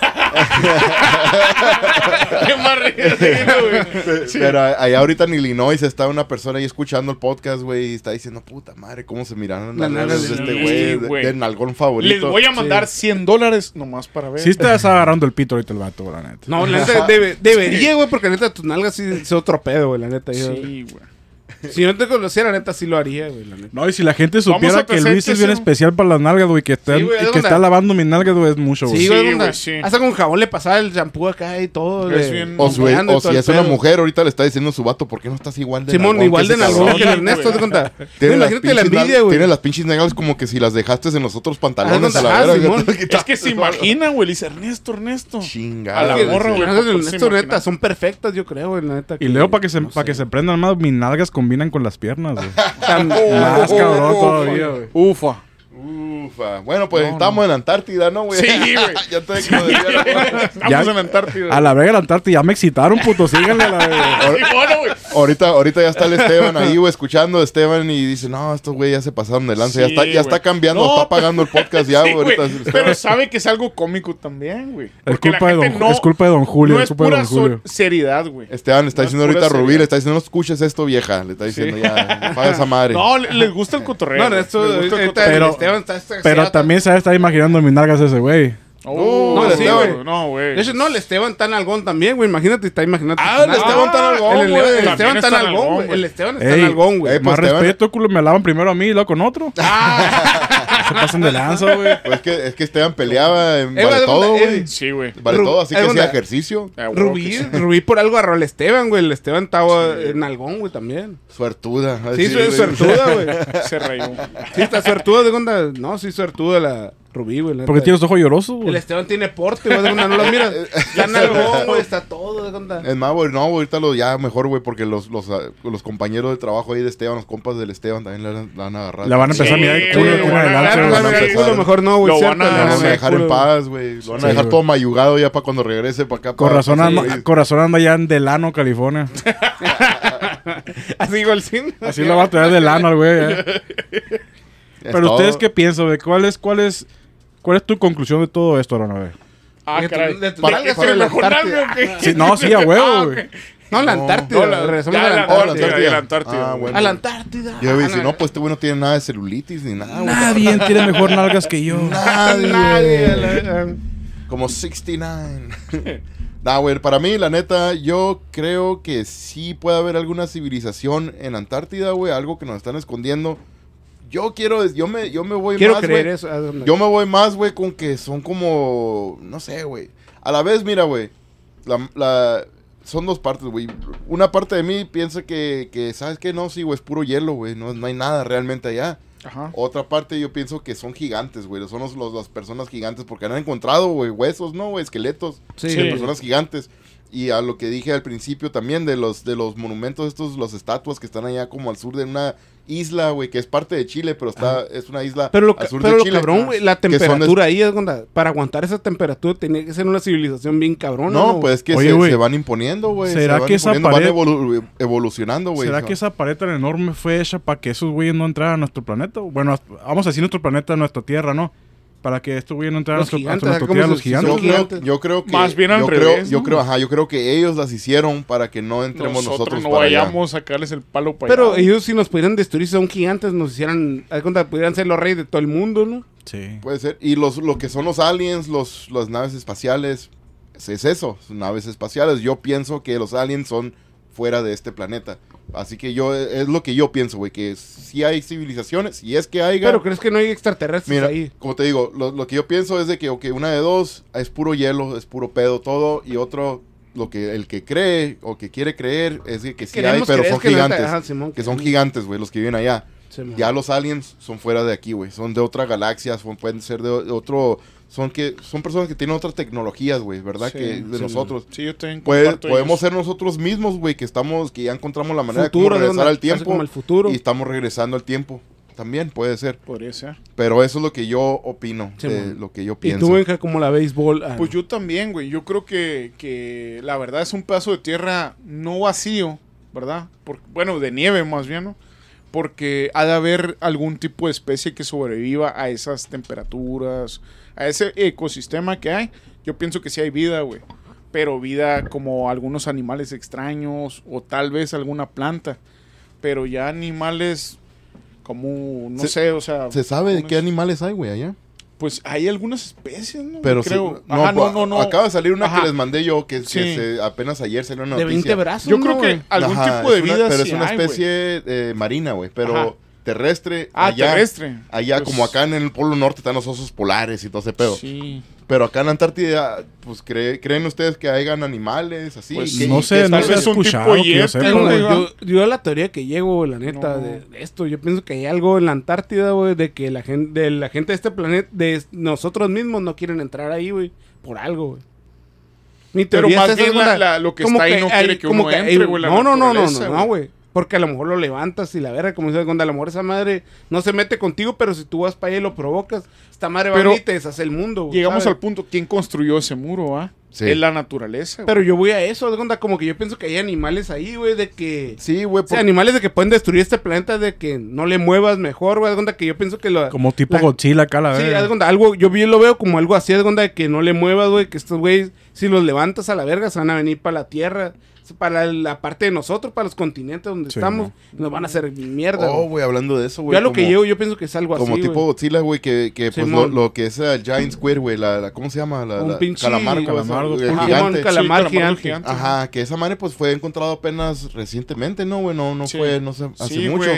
Qué más ridículo, güey. Sí. pero allá ahorita en Illinois está una persona ahí escuchando el podcast, güey, y está diciendo, puta madre, cómo se miraron las Las nalgas de nalgas este de- güey, Sí, de- güey. del nalgón favorito. Les voy a mandar $100 nomás para ver. Sí estás agarrando el pito ahorita el vato, güey, la neta. No, la neta debería, güey, porque la neta tus nalgas sí es otro pedo, güey, la neta. yo- Sí, güey. Si no te conociera, la neta sí lo haría, güey, la neta. No, y si la gente Vamos supiera a que hacer Luis que es bien sea- especial para las nalgas, güey, que está, Sí, güey, y es que onda. está lavando mis nalgas, güey, es mucho, güey. Sí, Sí, güey, güey, onda. sí. Hasta con jabón le pasaba el shampoo acá y todo. Es de- bien- O, si limpiando y todo es el una pedo. mujer, ahorita le está diciendo a su vato, ¿por qué no estás igual de Simón, nalgón igual de ese nalgón cabrón? que el Sí, Ernesto, güey. ¿te cuenta? Tiene No, las imagínate la pinches envidia, nal- güey. Tiene las pinches nalgas como que si las dejaste en los otros pantalones Ah, a la ajá, verga. Simón. Es que se imagina, güey. Le dice, Ernesto. Chingada. A la Que morra, las güey, nalgas del pues, Ernesto, se neta, imagina. son perfectas, yo creo, güey, la neta. Y luego para que se, no para sé. que se prendan más, mis nalgas combinan con las piernas, güey. Tan- Más cabrón todavía, güey. Ufa. Ufa. Bueno, pues estamos en Antártida, ¿no, güey? Sí, güey. Ya te que lo decía, ¿no? Estamos Ya- en la Antártida. A la verga, la Antártida, ya me excitaron, puto, síganle a la verga. Sí, bueno, güey. Ahorita ya está el Esteban ahí, güey, escuchando a Esteban y dice, no, estos güey ya se pasaron de lanza. Sí, ya está güey. cambiando, No, está pagando el podcast ya, Sí, güey. güey. ahorita- Pero sabe que es algo cómico también, güey. Es Porque la culpa, de gente don, es culpa de Don Julio, no es es culpa de pura Don Julio. seriedad, güey. Esteban le está No, diciendo es pura ahorita a Rubí, seriedad. le está diciendo, no escuches esto, vieja. Le está diciendo ya, paga esa madre. No, les gusta el cotorreo. No, güey. esto, Les gusta el ahorita cotorreo. Pero- Esteban está extasiado. Pero también se está imaginando mis nalgas ese güey. Oh, No, no, el sí, Esteban. güey. No, güey. De hecho, no, el Esteban tan algón también, güey. Imagínate, está imaginando. Ah, el Esteban tan algón, El güey. Esteban También tan está algón, algón, güey. güey. El Esteban está Ey, algón, güey. pues, Más Esteban- respeto, culo, me lavan primero a mí y luego con otro. Se pasan de lanza, güey. Pues es que Esteban peleaba en güey, vale de todo, onda, güey. Sí, güey. Vale todo, así que onda. hacía ejercicio. Ah, huevo Rubí, que sí. Rubí por algo agarró al Esteban, güey. El Esteban estaba en algón, güey, también. Suertuda. Sí, así, güey. suertuda, güey. Se rayó. Sí, está suertuda, de onda. No, sí, suertuda la Rubí, güey. la ¿Por qué neta. tiene los ojos llorosos, El güey? Esteban tiene porte, güey, de onda. No lo miras. Ya en algón, güey, está todo, de onda. Es más, güey, no, ahorita ya mejor, güey, porque los compañeros de trabajo ahí de Esteban, los compas del Esteban también la van a agarrar. La van a empezar a mirar el culo güey, de aquí en van a adelante, agarrar, güey. van a el empezar. culo mejor no, güey. Lo cierto, van a- Lo no, van a güey, dejar en culo. paz, güey. Lo van a Sí, dejar güey. todo mayugado ya para cuando regrese para acá. Corazón anda ya en Delano, California. Así igual sí. Así lo va a traer Delano al güey, Pero ustedes, ¿qué piensan, güey? ¿Cuál es tu conclusión de todo esto, Aaron? A ver. Ah, caray. De tu ¿Para nalga qué sobre la mejor Antártida. nalga o qué? Sí, no, sí, a huevo, Ah, güey. ok. No, la No. Antártida. No, la- Regresamos ya, a la la Antártida. Antártida. La Antártida, Ah, güey. bueno. A la Antártida. Yo dije, si no, pues este güey no tiene nada de celulitis ni nada, güey. Nadie tiene mejor nalgas que yo. Nadie. Como 69. Nah, güey, para mí, la neta, yo creo que sí puede haber alguna civilización en Antártida, güey, algo que nos están escondiendo. Yo me voy Quiero más, creer güey. eso. ¿a dónde? Yo me voy más, güey, con que son como, no sé, güey. A la vez, mira, güey, son dos partes, güey. Una parte de mí piensa que ¿sabes qué? No, sí, güey, es puro hielo, güey. No hay nada realmente allá. Ajá. Otra parte yo pienso que son gigantes, güey. Son las personas gigantes porque han encontrado, güey, huesos, ¿no, güey? Esqueletos Sí. de personas gigantes. Y a lo que dije al principio también de los monumentos estos, las estatuas que están allá como al sur de una isla, güey, que es parte de Chile, pero es una isla Pero lo, al sur pero de lo Chile. cabrón, güey, la que son de- temperatura ahí es donde, para aguantar esa temperatura tenía que ser una civilización bien cabrona. No, pues es que Oye, se güey, van imponiendo, güey. ¿será se van que esa imponiendo, pared- van evolucionando, güey? ¿Será que esa pared tan enorme fue hecha para que esos güeyes no entraran a nuestro planeta? Bueno, vamos a decir nuestro planeta, nuestra Tierra, ¿no? Para que estos güeyes no entraran a Los nuestra gigantes, Tierra, ¿cómo los se- gigantes. Yo creo que Más bien al yo revés, ¿no? creo que ellos las hicieron para que no entremos nosotros no para allá. vayamos a sacarles el palo para Pero allá. ellos si nos pudieran destruir, son gigantes, nos hicieran, haz de cuenta, pudieran ser los reyes de todo el mundo, ¿no? Sí. Puede ser. Y lo que son los aliens, las naves espaciales, es eso, son naves espaciales. Yo pienso que los aliens son fuera de este planeta. Así que es lo que yo pienso, güey, que si hay civilizaciones, si es que hay... Pero crees que no hay extraterrestres Mira, ahí. como te digo, lo que yo pienso es de que, una de dos, es puro hielo, es puro pedo todo, y otro, el que cree o que quiere creer es de que sí hay, Queremos pero creer son que la neta- gigantes. ajá, Simón, Que son gigantes, güey, los que viven allá. Simón. Ya los aliens son fuera de aquí, güey. Son de otra galaxia, pueden ser de otro... Son personas que tienen otras tecnologías, güey, ¿verdad? Sí, que de Simón. Sí, nosotros. yo también Podemos comparto ser nosotros mismos, güey, que ya encontramos la manera Futuro, de cómo regresar ¿no? al Casi tiempo. como el futuro. Y estamos regresando al tiempo. También puede ser. Podría ser. Pero eso es lo que yo opino, Sí, de man. lo que yo Y pienso. tú, Benja, como la béisbol. Pues yo también, güey. Yo creo que la verdad es un pedazo de tierra no vacío, ¿verdad? Bueno, de nieve más bien, ¿no? Porque ha de haber algún tipo de especie que sobreviva a esas temperaturas, a ese ecosistema que hay. Yo pienso que sí hay vida, güey. Pero vida como algunos animales extraños o tal vez alguna planta. Pero ya animales como, no sé, o sea... ¿Se sabe de unos- qué animales hay, güey, allá? Pues hay algunas especies, ¿no? Pero creo. no, Ajá, no. Acaba de salir una Ajá. que les mandé yo, que Sí. apenas ayer salió una de noticia. 20 brazos, Yo ¿no, creo que güey? algún Ajá, tipo de es una- vida pero sí es una hay, güey. especie marina, güey, pero Ajá. terrestre. Ah, allá, terrestre. Allá, Pues, como acá en el Polo Norte están los osos polares y todo ese pedo. Sí. Pero acá en Antártida, pues, ¿creen ustedes que hayan animales así? Pues, ¿Qué- no y sé, qué no tal se ha vez un tipo escuchado que yo yeti, sepa, Pero, güey. güey. yo a la teoría que llego, la neta, No. de esto, yo pienso que hay algo en la Antártida, güey, de que la gente de este planeta, de nosotros mismos no quieren entrar ahí, güey, por algo, güey. Mi Pero teoría más es esa, bien güey, lo que como está ahí no hay- quiere que como uno hay- entre, güey, la no, naturaleza, güey. Porque a lo mejor lo levantas y la verga, como dices, cuando a lo mejor esa madre no se mete contigo, pero si tú vas para allá y lo provocas, esta madre va Pero y te deshace el mundo, güey, Llegamos ¿sabes? al punto, ¿quién construyó ese muro, ah? Sí. Es la naturaleza, güey. Pero yo voy a eso, de onda, como que yo pienso que hay animales ahí, güey, de que... Sí, güey. O sea, animales de que pueden destruir este planeta, de que no le muevas mejor, güey. Haz de cuenta que yo pienso que lo... Como tipo la- Godzilla acá, la Sí, verga. haz de cuenta, algo, yo lo veo como algo así, haz de cuenta de que no le muevas, güey. Que estos güeyes, si los levantas a la verga, se van a venir para la Tierra, para la parte de nosotros, para los continentes donde Sí, estamos. Y nos van a hacer mierda, Oh, güey. güey, hablando de eso, güey. Yo a lo que como- llego, yo pienso que es algo Como así, tipo güey. Godzilla, güey, que pues Simón. lo que es el Giant Squid, güey, ¿cómo se llama? Un pinche- calamardo, calamardo, el pulpo. gigante. Un calamar gigante. gigante. Ajá, que esa madre pues fue encontrado apenas recientemente, ¿no, güey? No Sí. fue, no sé, hace Sí, mucho. güey.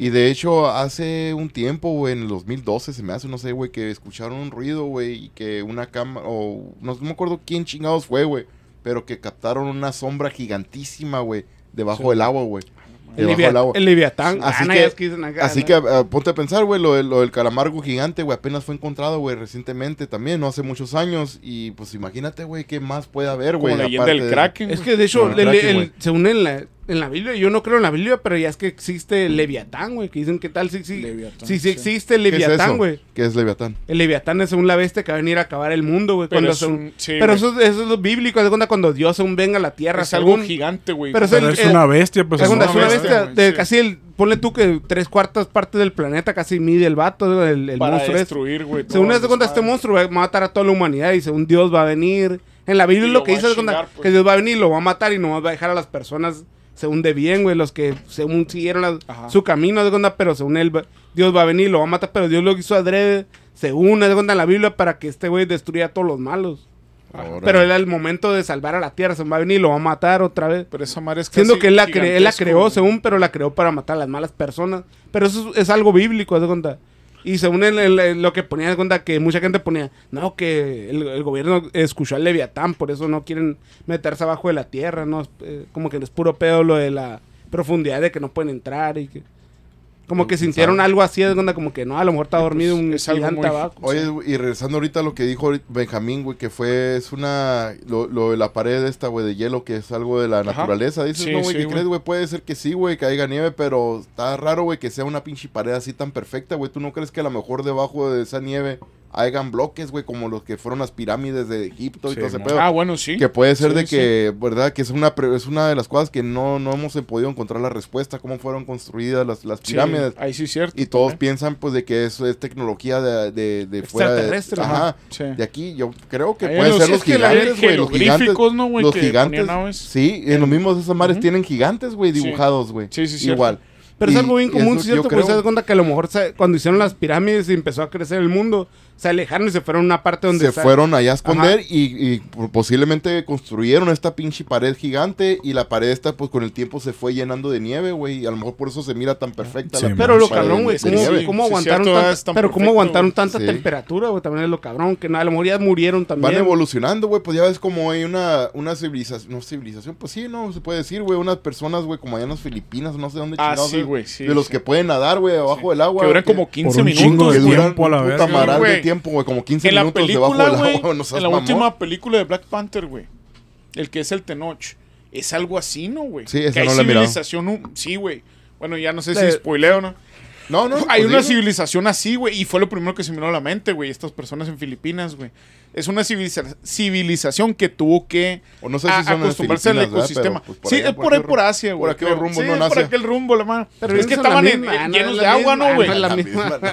Y de hecho, hace un tiempo, güey, en el 2012 se me hace, no sé, güey, que escucharon un ruido, güey, y que una cámara, o no me acuerdo quién chingados fue, güey, pero que captaron una sombra gigantísima, güey, debajo del agua, güey. Debajo del agua. El Leviatán. Así no, que- ya es dicen acá, Así ¿no? que ponte a pensar, güey, lo del calamargo gigante, güey, apenas fue encontrado, güey, recientemente también, no hace muchos años. Y pues imagínate, güey, qué más puede haber, güey. Como la leyenda aparte del de- Kraken. Es güey. que de hecho, No, el Kraken, güey. según en la Biblia, yo no creo en la Biblia, pero ya es que existe el Leviatán, güey. Que dicen que tal, sí, Leviatán, sí sí. existe el ¿Qué es Leviatán, eso? güey. ¿Qué es Leviatán? El Leviatán es según la bestia que va a venir a acabar el mundo, güey. Pero Cuando es según- un- sí, pero güey. eso es lo bíblico, de cuenta cuando Dios según venga a la tierra, Es algo según... gigante, güey. Pero Pero es una bestia, pues. Es una una bestia, bestia güey, de sí. casi ponle tú que 3/4 partes del planeta casi mide el vato, el para monstruo es. destruir, güey. Según todo es de cuenta este desmadre. monstruo va a matar a toda la humanidad y según Dios va a venir. En la Biblia Y lo lo que va dice a es de cuenta chingar, pues. que Dios va a venir y lo va a matar y no va a dejar a las personas según de bien, güey, los que según siguieron Ajá. su camino de cuenta, pero según él Dios va a venir y lo va a matar, pero Dios lo hizo adrede, según de cuenta en la Biblia para que este güey destruya a todos los malos. Ahora. Pero él al momento de salvar a la tierra se va a venir y lo va a matar otra vez. Pero esa madre es Siendo casi que él la gigantesco, creó, güey. según, pero la creó para matar a las malas personas. Pero eso es algo bíblico, haz de cuenta. Y según lo que ponía de cuenta, que mucha gente ponía, no, que el gobierno escuchó al Leviatán, por eso no quieren meterse abajo de la tierra, ¿no? Como que es puro pedo lo de la profundidad de que no pueden entrar y que... Como que ¿Quién sintieron sabe? algo así, de cuenta, como que no, a lo mejor está dormido un es algo gigante muy- abajo. Oye, y regresando ahorita a lo que dijo Benjamín, güey, que es una, lo de la pared esta, güey, de hielo, que es algo de la Ajá. naturaleza. Dices, Sí, no, güey, sí, ¿qué güey. crees, güey? Puede ser que sí, güey, que haya nieve, pero está raro, güey, que sea una pinche pared así tan perfecta, güey. ¿Tú no crees que a lo mejor debajo de esa nieve hayan bloques, güey, como los que fueron las pirámides de Egipto y Sí, todo ese mo. pedo? Ah, bueno, sí. Que puede ser Sí, de sí. que, ¿verdad? Que es una de las cosas que no hemos podido encontrar la respuesta, cómo fueron construidas las Sí, pirámides. ahí sí es cierto. Y todos también. piensan, pues, de que eso es tecnología de fuera de... Extraterrestre, Ajá. Sí. De aquí, yo creo que Ahí pueden los- ser los es que la gigantes, güey. Los gigantes. jeroglíficos, ¿no, güey? Los Que gigantes. ponían naves. Sí, en los mismos de esas mares Ujú. tienen gigantes, güey, Sí. dibujados, güey. Sí, sí, cierto. Igual. Pero es Y- algo bien y común, eso ¿cierto? yo Pues se creo- da cuenta que a lo mejor cuando hicieron las pirámides y empezó a crecer el mundo, se alejaron y se fueron a una parte donde... Se fueron allá a esconder Ajá. y posiblemente construyeron esta pinche pared gigante y la pared esta pues con el tiempo se fue llenando de nieve, güey, y a lo mejor por eso se mira tan perfecta Sí, la man. Pero lo pared cabrón, güey, de sí, ¿cómo, nieve. cómo sí, aguantaron cierto, tanta, es tan pero cómo perfecto, aguantaron tanta Sí. temperatura, güey, también es lo cabrón, que no, a lo mejor ya murieron Van también. evolucionando, güey, pues ya ves como hay una civilización, no civilización, pues sí, no, se puede decir, güey, unas personas, güey, como allá en las Filipinas, no sé dónde Ah, chingados sí, es, güey, sí, de los sí. que pueden nadar, güey, abajo del agua. Que duran que- como 15 un minutos. chingo de que güey. duran tiempo a la un verga. puta maral Sí, de güey. tiempo, güey, como 15 En la minutos debajo película, del güey, agua, no seas en la mamón. última película de Black Panther, güey, el que es el Tenoch, es algo así, ¿no, güey? Sí, esa que hay no la he mirado. civilización, sí, güey. Bueno, ya no sé De- si spoileo o no. No, no, Hay pues una digo. civilización así, güey, y fue lo primero que se me vino a la mente, güey, estas personas en Filipinas, güey. Es una civilización que tuvo que O no sé si son en acostumbrarse al Filipinas, ¿verdad? ecosistema. Pero, pues, Sí, allá, es por ahí aquel por Asia, güey. por aquel creo. rumbo, Sí, no en por Asia. aquel rumbo, la mano. Pero es que no es la estaban misma, no llenos es de la agua, misma, ¿no, güey? no es la La misma. misma,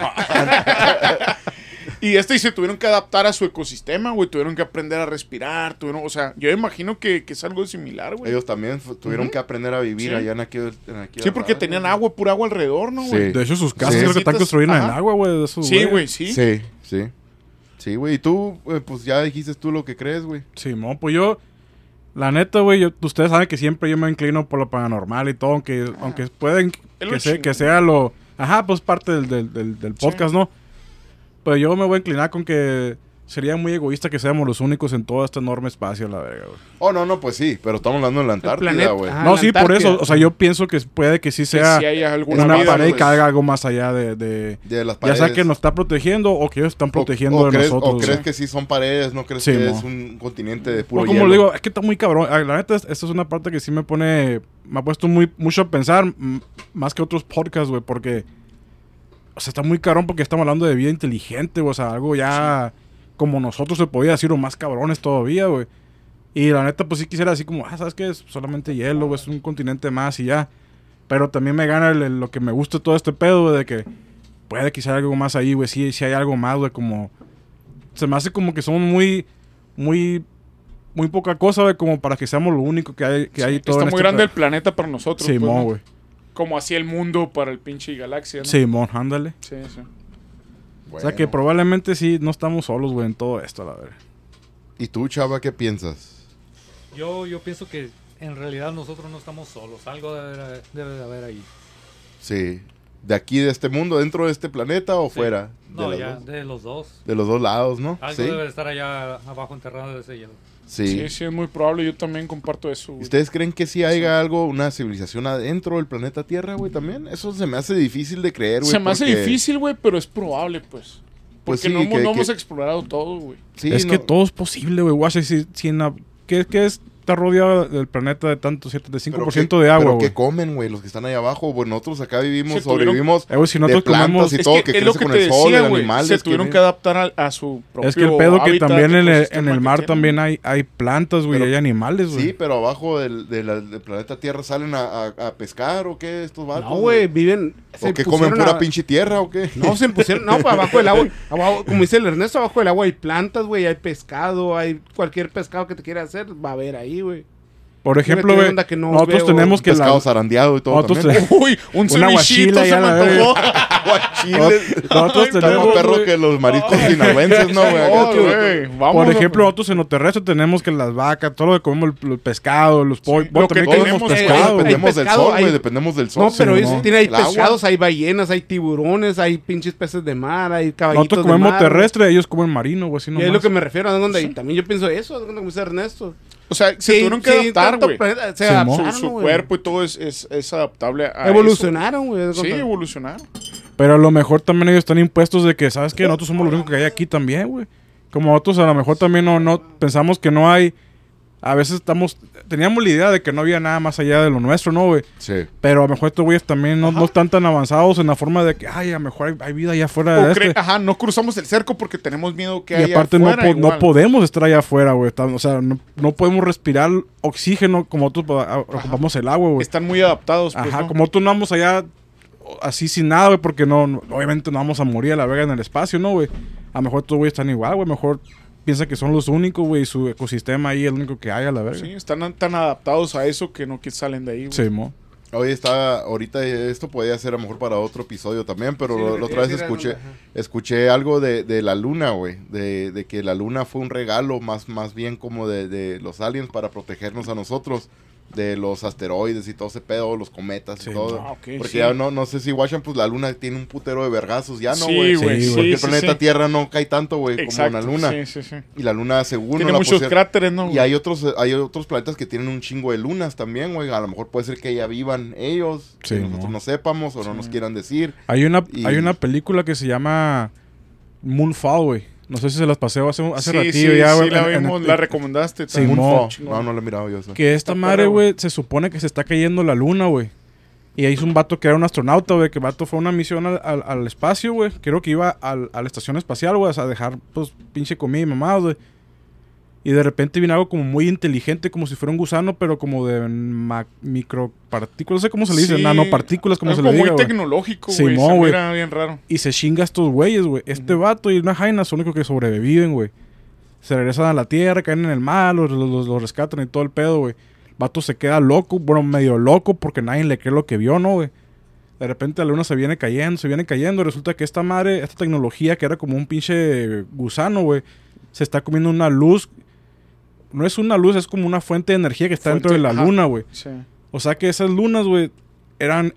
no. Y se tuvieron que adaptar a su ecosistema, güey. Tuvieron que aprender a respirar. O sea, yo imagino que es algo similar, güey. Ellos también tuvieron que aprender a vivir Sí. allá en aquel Sí, porque tenían agua, pura agua alrededor, ¿no, güey? Sí. De hecho, sus casas Sí. creo que están construidas en Ajá. agua, güey. de esos Sí, güeyes. güey, sí. Sí, sí. Sí, güey. Y tú, pues ya dijiste tú lo que crees, güey. Simón, pues yo, la neta, güey, ustedes saben que siempre yo me inclino por lo paranormal y todo, aunque pueden Es lo que chingón. sea lo... Ajá, pues parte del podcast, ¿no? Pero yo me voy a inclinar con que sería muy egoísta que seamos los únicos en todo este enorme espacio, la verga, güey. Oh, no, no, pues sí. Pero estamos hablando de la Antártida, planeta, güey. ajá. No, la sí, por Antártida. eso, o sea, yo pienso que puede que sí Que sea si hay alguna una vida, pared güey. que haga algo más allá de De las ya paredes. sea que nos está protegiendo o que ellos están protegiendo o de crees, nosotros. ¿O crees güey. que sí son paredes? ¿No crees Sí, que mo. es un continente de puro Pues como hielo? le digo, es que está muy cabrón. La neta, esto es una parte que sí me ha puesto mucho a pensar, más que otros podcasts, güey, porque, o sea, está muy cabrón porque estamos hablando de vida inteligente, güey, o sea, algo ya como nosotros se podía decir, o más cabrones todavía, güey. Y la neta, pues sí quisiera así como, ¿sabes qué? Es solamente hielo, güey, es un continente más y ya. Pero también me gana lo que me gusta de todo este pedo, güey, de que puede que sea algo más ahí, güey, sí hay algo más, güey, como... Se me hace como que somos muy poca cosa, güey, como para que seamos lo único que hay todo Está en muy este grande el pe- planeta para nosotros. pues, Simón, ¿no? güey. Como así el mundo para el pinche galaxia, ¿no? Simón, ándale. Sí, sí. O sea que probablemente sí no estamos solos, güey, en todo esto, la verdad. ¿Y tú, chava, qué piensas? Yo pienso que en realidad nosotros no estamos solos. Algo debe de haber ahí. Sí. ¿De aquí, de este mundo, dentro de este planeta o Sí. fuera? No, de ya, los dos. de los dos. De los dos lados, ¿no? Algo Sí. debe de estar allá abajo enterrado de ese hielo. Sí. Sí, sí, es muy probable. Yo también comparto eso, güey. ¿Ustedes creen que sí haya algo, una civilización adentro del planeta Tierra, güey, también? Eso se me hace difícil de creer, güey. Se me hace porque- difícil, güey, pero es probable, pues. Pues Porque sí, no, hemos, que- no que- hemos explorado todo, güey. Sí, Es que no- todo es posible, güey. Guacha, si en la- ¿qué está rodeado del planeta de tanto, 75% de agua, ¿Pero güey? qué comen, güey? Los que están ahí abajo. Bueno, nosotros acá vivimos, Se tuvieron- sobrevivimos Güey, si de nosotros plantas comemos... y Es todo, que que es lo crece que con te el sol, decía, de güey. animales. Se tuvieron que adaptar a su propio Es que el pedo que hábitat, también en ecosistema el que mar tienen. también hay plantas, güey, y Pero- hay animales, güey. Sí, pero abajo del planeta Tierra salen a pescar o qué, estos vatos. No, güey, viven... ¿O que comen pura pinche tierra o qué? No, se pusieron... No, para abajo del agua. Abajo, como dice el Ernesto, abajo del agua hay plantas, güey. Hay pescado, hay cualquier pescado que te quiera hacer, va a haber ahí, güey. Por ejemplo, Tiene güey, onda que no nosotros veo tenemos que... Pescado zarandeado y todo nosotros también. Uy, un Una cevichito guachila se ya me la verga. antojó. Guachiles. Nosotros Ay, tenemos, Más perro güey, que los mariscos sinaloenses, ¿no, güey? Acá, Oh, chido. güey, vámonos, por ejemplo, güey. nosotros en lo terrestre tenemos que las vacas, todo lo que comemos, el pescado, los pollos. Sí, Bueno, lo que también tenemos, comemos Todos pescado, güey. dependemos del pescado, sol, güey. hay- Dependemos del sol. No, pero Sí, es- no. hay El agua. pescados, hay ballenas, hay tiburones, hay pinches peces de mar, hay caballitos Nosotros de comemos mar. terrestre, ellos comen marino, güey, así Y nomás. es lo que me refiero, ¿a dónde? Y también yo pienso eso, ¿a dónde como dice Ernesto? O sea, se Sí, tuvieron que sí, adaptar, tanto güey. planeta, se Sí, adaptaron, Su güey. cuerpo y todo es adaptable a Evolucionaron, güey. eso. Sí, evolucionaron. Pero a lo mejor también ellos están impuestos de que, ¿sabes qué? Nosotros somos los únicos que hay aquí también, güey. Como nosotros a lo mejor también no pensamos que no hay... A veces teníamos la idea de que no había nada más allá de lo nuestro, ¿no, güey? Sí. Pero a lo mejor estos güeyes también no están tan avanzados en la forma de que, ay, a lo mejor hay vida allá afuera de este. Ajá, no cruzamos el cerco porque tenemos miedo que Y haya aparte no, afuera no igual. podemos estar allá afuera, güey. O sea, no podemos respirar oxígeno como tú ocupamos el agua, güey. Están muy adaptados, pues, Ajá, ¿no? como tú no vamos allá así sin nada, güey, porque obviamente no vamos a morir a la verga en el espacio, ¿no, güey? A lo mejor estos güeyes están igual, güey. Mejor piensa que son los únicos, güey, y su ecosistema ahí es el único que hay a la verga. Sí, están tan adaptados a eso que no que salen de ahí, güey. Sí, mo. Oye, ahorita esto podría ser a lo mejor para otro episodio también, pero Sí, la otra vez sí, escuché algo de la luna, güey, de que la luna fue un regalo más bien como de los aliens para protegernos a nosotros de los asteroides y todo ese pedo, los cometas Sí, y todo. ah, ok, Porque sí. ya no sé si Washington, pues la luna tiene un putero de vergazos, ya no, Sí, güey. güey, Sí, sí, Porque el sí, planeta sí. Tierra no cae tanto, güey, como Exacto, la luna. Sí, sí, sí. Y la luna, según Tiene no la muchos pusieron- cráteres, ¿no? Y güey? hay otros planetas que tienen un chingo de lunas también, güey. A lo mejor puede ser que ya vivan ellos, Sí, que nosotros ¿no? no sepamos o no nos quieran decir. Hay Y- una película que se llama Moonfall, güey. No sé si se las pasé hace Sí, ratillo sí, ya, sí, güey. la vimos, la recomendaste. Sí, también. mo. No, no lo he mirado yo eso. Que esta Está madre, perra, güey, se supone que se está cayendo la luna, güey. Y ahí es un vato que era un astronauta, güey. Que el vato fue a una misión al espacio, güey. Creo que iba a la estación espacial, güey. A dejar, pues, pinche comida y mamadas, güey. Y de repente viene algo como muy inteligente, como si fuera un gusano, pero como de micropartículas. No sé cómo se le dice, Sí, nanopartículas, como se le algo diga, muy güey. tecnológico, güey. Simón, Se güey. mira bien raro. Y se chinga a estos güeyes, güey. Este vato y una jaina son los únicos que sobreviven, güey. Se regresan a la tierra, caen en el mar, los rescatan y todo el pedo, güey. El vato se queda loco, bueno, medio loco porque nadie le cree lo que vio, ¿no, güey? De repente la luna se viene cayendo. Y resulta que esta madre, esta tecnología que era como un pinche gusano, güey, se está comiendo una luz. No es una luz, es como una fuente de energía que está dentro de la Ajá. luna, güey. Sí. O sea que esas lunas, güey, eran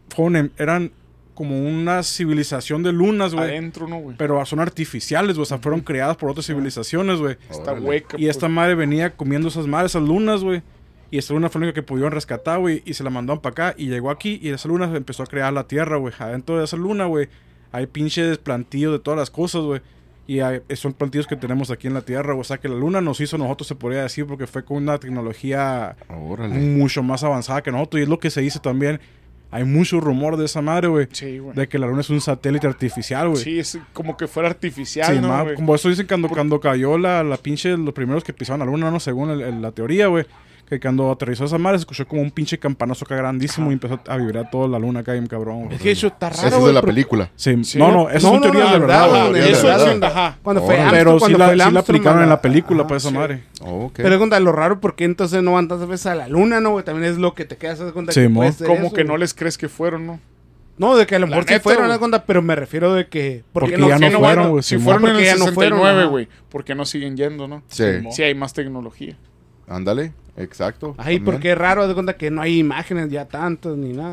como una civilización de lunas, güey. Adentro, ¿no, güey? Pero son artificiales, güey. O sea, fueron creadas por otras civilizaciones, güey. Está Órale. hueca. Y esta madre venía comiendo esas lunas, güey. Y esta luna fue la única que pudieron rescatar, güey. Y se la mandaron para acá. Y llegó aquí. Y esa luna empezó a crear la Tierra, güey. Adentro de esa luna, güey, hay pinches plantíos de todas las cosas, güey. Y son plantíos que tenemos aquí en la Tierra, güey. O sea, que la luna nos hizo nosotros, se podría decir, porque fue con una tecnología Órale. mucho más avanzada que nosotros. Y es lo que se dice también. Hay mucho rumor de esa madre, güey. Sí, güey. De que la luna es un satélite artificial, güey. Sí, es como que fuera artificial, Sí, ¿no, güey? como eso dicen cuando cayó la pinche, los primeros que pisaron la luna, ¿no? Según la teoría, güey. Que cuando aterrizó esa madre se escuchó como un pinche campanazo acá grandísimo y empezó a vibrar toda la luna acá, bien cabrón, güey. Es que eso está raro, Esa es de güey, la porque- película. Sí, Sí. no, esas son teorías de verdad, verdad, güey. güey. Eso de es verdad. ajá. Cuando fue Órale. Armstrong, Pero sí cuando la fue el Armstrong aplicaron a en la película, Ajá, pues, esa sí. madre. Oh, ok. Pero cuenta, lo raro, porque entonces no van tantas veces a la luna, ¿no, güey? También es lo que te quedas de cuenta Sí, que mo. puede ser Como eso, que güey. no les crees que fueron, ¿no? No, de que a lo La mejor sí neta, fueron, güey. ¿no? Cuenta, pero me refiero de que... Porque no- ya que no fueron, bueno, güey, si Simón. fueron en Porque el ya no fueron, 69, ajá. güey. Porque no siguen yendo, ¿no? Sí. Sí hay más tecnología. Ándale, exacto. Ay, también. porque es raro, de cuenta que no hay imágenes ya tantas ni nada.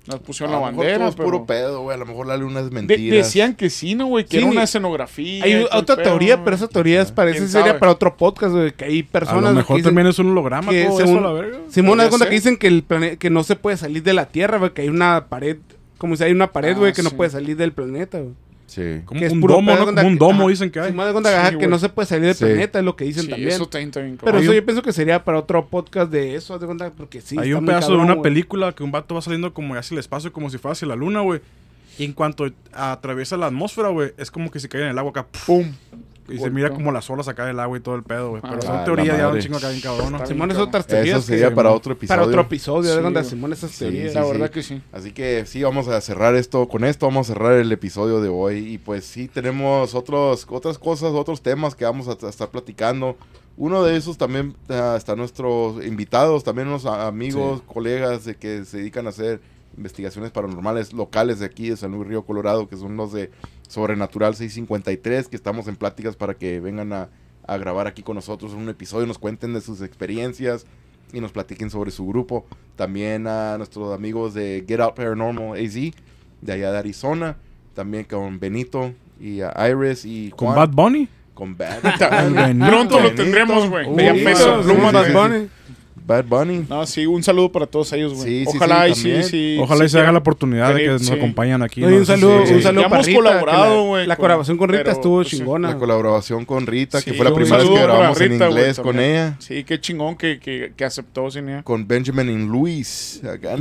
Nos pusieron la A lo mejor bandera, todo es pero... puro pedo, güey. A lo mejor dale unas mentiras. Decían que sí, ¿no, güey? Que Sí, era una ni- escenografía. Hay y todo otra el pedo, teoría, güey. pero esa teoría parece ¿Quién sería sabe? para otro podcast, güey. Que hay A personas lo que mejor dicen también es un holograma que todo según- eso, la verga. Simón, haz Podría cuenta ser. que dicen que el planeta que no se puede salir de la Tierra, güey, que hay una pared, como si hay una pared, güey, que no sí. puede salir del planeta, güey. Sí. Como Que es un puro domo, pedo, ¿no? cuenta Como un que- domo ajá, dicen que hay. Simón, haz cuenta, ajá, Sí, que güey. no se puede salir del Sí. planeta, es lo que dicen Sí, también. eso está bien, Pero cabrón. eso un- yo pienso que sería para otro podcast de eso, haz de cuenta, porque sí. Hay está un muy pedazo cabrón, de una güey. película que un vato va saliendo como hacia el espacio, como si fuera hacia la luna, güey. Y en cuanto atraviesa la atmósfera, güey, es como que se cae en el agua acá. ¡Pum! Y se mira como las olas acá del agua y todo el pedo, güey. Pero Ah, son la teorías ya un madre. chingo acá bien cabrón, ¿no? Está Simón, es cabrón. otras teorías. Eso sería que- para otro episodio. Para otro episodio, haz de Sí, cuenta, güey. Simón, esas Sí, teorías. La sí, verdad sí. que sí. Así que sí, vamos a cerrar esto. Con esto vamos a cerrar el episodio de hoy. Y pues sí, tenemos otras cosas, otros temas que vamos a estar platicando. Uno de esos también están nuestros invitados, también unos amigos, colegas de que se dedican a hacer investigaciones paranormales locales de aquí, de San Luis Río Colorado, que son los de Sobrenatural 653, que estamos en pláticas para que vengan a grabar aquí con nosotros en un episodio, nos cuenten de sus experiencias y nos platiquen sobre su grupo. También a nuestros amigos de Get Out Paranormal AZ, de allá de Arizona, también con Benito y a Iris y ¿Con Juan. Bad Bunny? Con Bad Benito. Pronto lo Benito. tendremos, güey. Uy, Vean sí, Peso sí, Pluma sí, de- sí, Bad Bunny. Bad Bunny. No, sí, un saludo para todos ellos, güey. Sí, sí, Ojalá sí, y sí, también. sí. Ojalá y sí se haga quieran la oportunidad de que venir, nos sí. acompañen aquí. No, y un saludo, sí. un saludo Ya para hemos Rita, colaborado, que güey, la con- colaboración con Rita pero, estuvo pues, sí. chingona. La colaboración con Rita, Sí, que fue la un primera vez saludo que para grabamos en Rita, güey, inglés con también. ella. Sí, qué chingón que aceptó sin ella. Con Benjamin y Luis. Acá.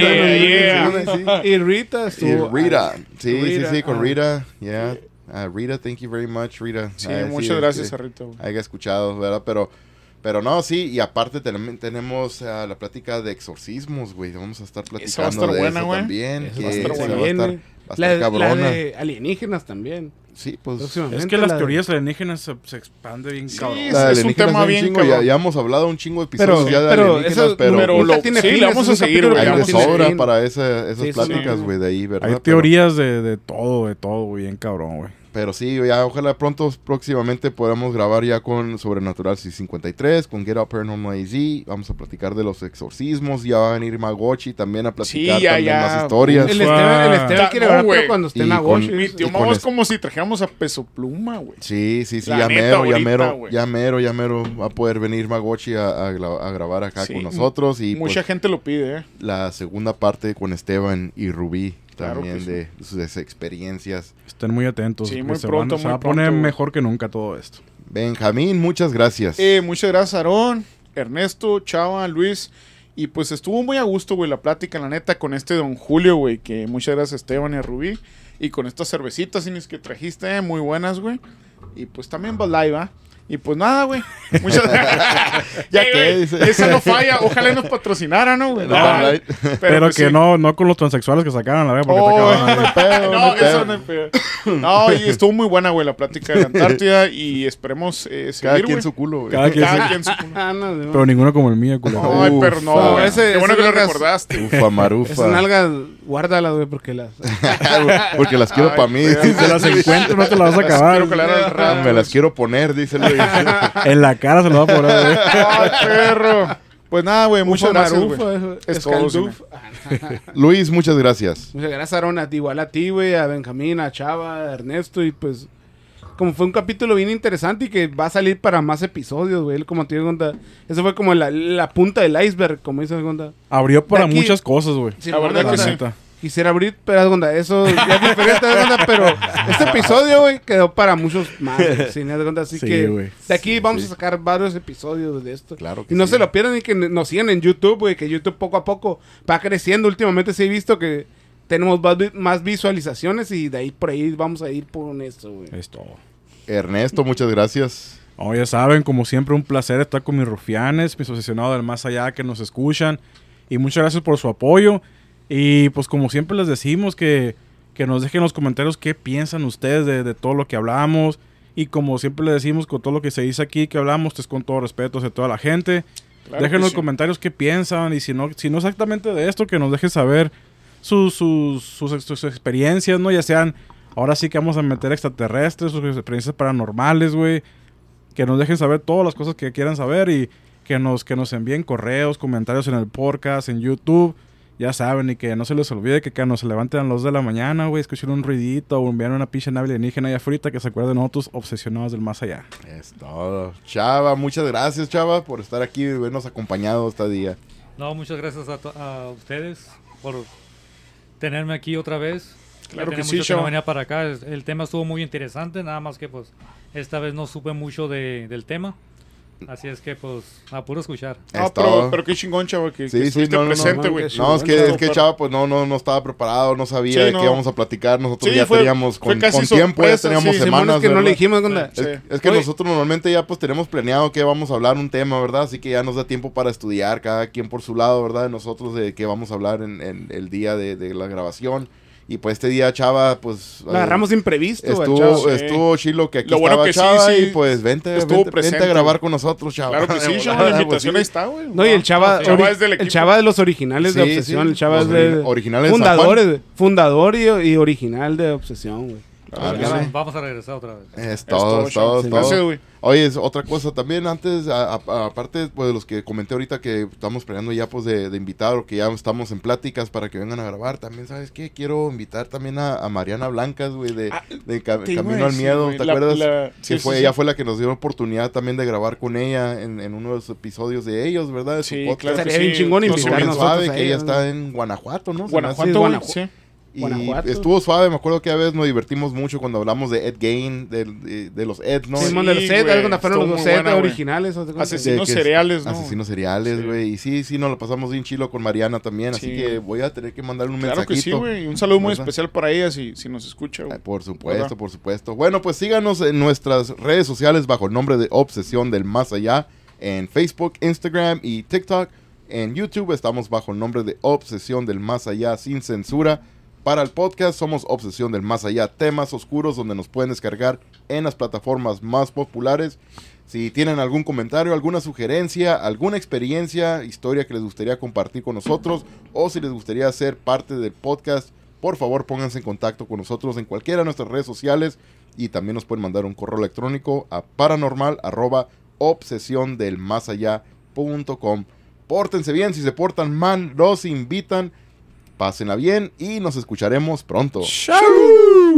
Yeah. Y Rita Y estuvo. Rita. Sí, Rita, sí, con ah. Rita. Yeah. Rita, thank you very much, Rita. Sí, Ah, muchas gracias a Rita, güey. Haya escuchado, ¿verdad? Pero no, sí, y aparte tenemos la plática de exorcismos, güey. Vamos a estar Esa va a platicando estar de buena, eso güey. también. Eso que va a estar esa buena. va a estar, Viene. va a La, estar la cabrona. de alienígenas también. Sí, pues. Próximamente. Es que las la de- teorías alienígenas se expande bien Sí, cabrón. es La de un alienígenas tema es un bien chingo, cabrón. ya hemos hablado un chingo de episodios Pero- ya de pero alienígenas, eso- pero pero nunca lo- tiene sí, fin, le vamos es a un seguir, capítulo güey. que hay no de tiene sobra fin. para esas Sí, sí, pláticas, sí. güey, de ahí, ¿verdad? Hay Pero- teorías de todo, güey, bien cabrón, güey. Pero sí, ya ojalá próximamente podamos grabar ya con Sobrenatural 653, con Get Out Paranormal AZ. Vamos a platicar de los exorcismos. Ya va a venir Magochi también a platicar Sí, ya, también ya. más historias. El Esteban quiere No, grabar, güey. pero cuando esté Y en con- Agoshi. Mi tío Y con Mau es es- como si trajéramos a Peso Pluma, güey. Sí, La ya neta, mero, ahorita, güey. ya mero va a poder venir Magochi a grabar acá Sí, con nosotros. Y Mucha pues, gente lo pide, ¿eh? la segunda parte con Esteban y Rubí Claro también que sí. de sus experiencias. Estén muy atentos. Sí, porque muy se pronto, se va muy a poner pronto, güey. mejor que nunca todo esto. Benjamín, muchas gracias. Muchas gracias, Aarón, Ernesto, Chava, Luis. Y pues estuvo muy a gusto, güey, la plática, la neta, con este don Julio, güey. Que muchas gracias a Esteban y a Rubí. Y con estas cervecitas Inis, que trajiste, muy buenas, güey. Y pues también Bud Light, ¿va? Y pues nada, güey. Muchas Ya Ey, que, güey, dice. esa no falla. Ojalá y nos patrocinara, ¿no, güey? No, No, Bud Light. Pero pues que sí. no con los transexuales que sacaron, la verdad, porque Oh, te acaban de- pedo, no, no hay eso pedo. no hay pedo. No, y estuvo muy buena, güey, la plática de la Antártida. Y esperemos seguir, Cada quien güey. su culo, güey. Cada quien Cada su- quien su culo. Ah, no, no. Pero ninguno como el mío, culo. Ay, pero no, Ufa. güey. Ese- Qué bueno ese que lo nalgas- recordaste. Ufa, marufa. Esas nalgas, guárdalas, güey, porque las... Porque las quiero Ay, para mí. pero- Si te las encuentro, no te las vas a acabar. Quiero calar al rato. Me las quiero poner, dice Luis. En la cara se lo va a poner, güey. Ay, perro. Pues nada, güey, muchas gracias, güey. Es todo, Escalduf. Luis, muchas gracias. Muchas gracias, Aaron. Igual a ti, güey, a Benjamín, a Chava, a Ernesto. Y pues, como fue un capítulo bien interesante y que va a salir para más episodios, güey. Como te digo, cuenta, eso fue como la punta del iceberg, como dices, cuenta. Abrió para De aquí- muchas cosas, güey. Sí, La verdad La que sí. neta. Quisiera abrir, pero haz de cuenta, eso ya es diferente, haz de cuenta, pero este episodio, güey, quedó para muchos más, güey, sí, haz de cuenta, así Sí, que güey. de aquí vamos sí. a sacar varios episodios de esto. Claro que Y no sí. se lo pierdan y que nos sigan en YouTube, güey, que YouTube poco a poco va creciendo. Últimamente sí he visto que tenemos más visualizaciones y de ahí por ahí vamos a ir por esto, güey. Es todo. Ernesto, muchas gracias. Oh, ya saben, como siempre, un placer estar con mis rufianes, mis aficionados del más allá que nos escuchan. Y muchas gracias por su apoyo. Y pues como siempre les decimos que nos dejen en los comentarios qué piensan ustedes de todo lo que hablamos. Y como siempre les decimos, con todo lo que se dice aquí que hablamos, es con todo respeto hacia toda la gente. Claro Dejen en que los sí. comentarios qué piensan. Y si no exactamente de esto, que nos dejen saber sus experiencias, ¿no? Ya sean, ahora sí que vamos a meter extraterrestres, sus experiencias paranormales, güey. Que nos dejen saber todas las cosas que quieran saber y que nos envíen correos, comentarios en el podcast, en YouTube. ya saben, y que no se les olvide que cuando se levanten a las 2 de la mañana, güey, escuchen un ruidito o envían una pinche nave alienígena allá afuera, que se acuerden nosotros obsesionados del más allá. Es todo. Chava, muchas gracias, Chava, por estar aquí y vernos acompañado este día. No, muchas gracias a ustedes por tenerme aquí otra vez. Claro Ya que tenía sí, mucho Chava. no venía para acá. El tema estuvo muy interesante, nada más que pues esta vez no supe mucho del tema. Así es que pues a puro escuchar. No, Es todo. pero qué chingón, chava, que Sí, sí, estuviste no, no, no, presente, no, güey. qué No, es Estuvo que para- Chava, pues no estaba preparado, no sabía Sí, de no. qué íbamos a platicar. Nosotros Sí, ya fue teníamos con casi tiempo, ya sorpresa, teníamos sí. semanas. que no ¿verdad? le dijimos, ¿qué onda? Sí. Es que Oye, nosotros normalmente ya pues tenemos planeado que vamos a hablar un tema, ¿verdad? Así que ya nos da tiempo para estudiar cada quien por su lado, ¿verdad? Nosotros de qué vamos a hablar en el día de la grabación. Y pues este día, Chava, pues... Lo agarramos imprevisto, güey, chavo. Estuvo, Sí. estuvo chilo que aquí Lo bueno estaba que sí, Chava sí, y pues vente estuvo vente presente, a grabar güey. con nosotros, Chava. Claro que sí, De chava, volada, la pues, invitación sí. ahí está, güey. No, y el Chava, el Chava es del equipo. el Chava de los originales de Sí, Obsesión, sí. el Chava Los es de originales de San Juan. fundadores, güey. Fundador y original de Obsesión, güey. Claro que Vamos, sí. vamos a regresar otra vez. Es todo, Chava. es Gracias, todo. güey. Oye, es otra cosa también antes, aparte pues, de los que comenté ahorita que estamos planeando ya pues de invitar o que ya estamos en pláticas para que vengan a grabar, también, ¿sabes qué? Quiero invitar también a Mariana Blancas, güey, de te iba a Camino al decir, Miedo, güey, ¿te acuerdas? sí, Que sí, ella sí. fue la que nos dio la oportunidad también de grabar con ella en uno de los episodios de ellos, ¿verdad? De su Sí, podcast. claro que Estaría bien sí. chingón Nos Estuvo invitar bien subimos. nosotros suave, a que ella ella, está en Guanajuato, ¿no? Se me hace. Guanajuato, Sí, güey. Guanajuato. Sí. Y Guanajuato. estuvo suave, me acuerdo que a veces nos divertimos mucho cuando hablamos de Ed Gain, de los Ed, ¿no? Sí, Sí, man, de los set, güey, cuando fueron estuvo los muy set buena, güey. originales. ¿o te acuerdas? Asesinos De que- seriales, ¿no? Asesinos seriales, Sí. güey. Y sí, nos lo pasamos bien chilo con Mariana también. Así Sí. que voy a tener que mandarle un Claro que sí, mensajito. güey. Un saludo muy ¿verdad? especial para ella si nos escucha, güey. Por supuesto, ¿Verdad? por supuesto. Bueno, pues síganos en nuestras redes sociales bajo el nombre de Obsesión del Más Allá. En Facebook, Instagram y TikTok. En YouTube estamos bajo el nombre de Obsesión del Más Allá sin censura. Para el podcast somos Obsesión del Más Allá, temas oscuros donde nos pueden descargar en las plataformas más populares. Si tienen algún comentario, alguna sugerencia, alguna experiencia, historia que les gustaría compartir con nosotros o si les gustaría ser parte del podcast, por favor pónganse en contacto con nosotros en cualquiera de nuestras redes sociales y también nos pueden mandar un correo electrónico a paranormal@obsesiondelmasallá.com. Pórtense bien, si se portan mal, los invitan. Pásenla bien y nos escucharemos pronto. ¡Chau!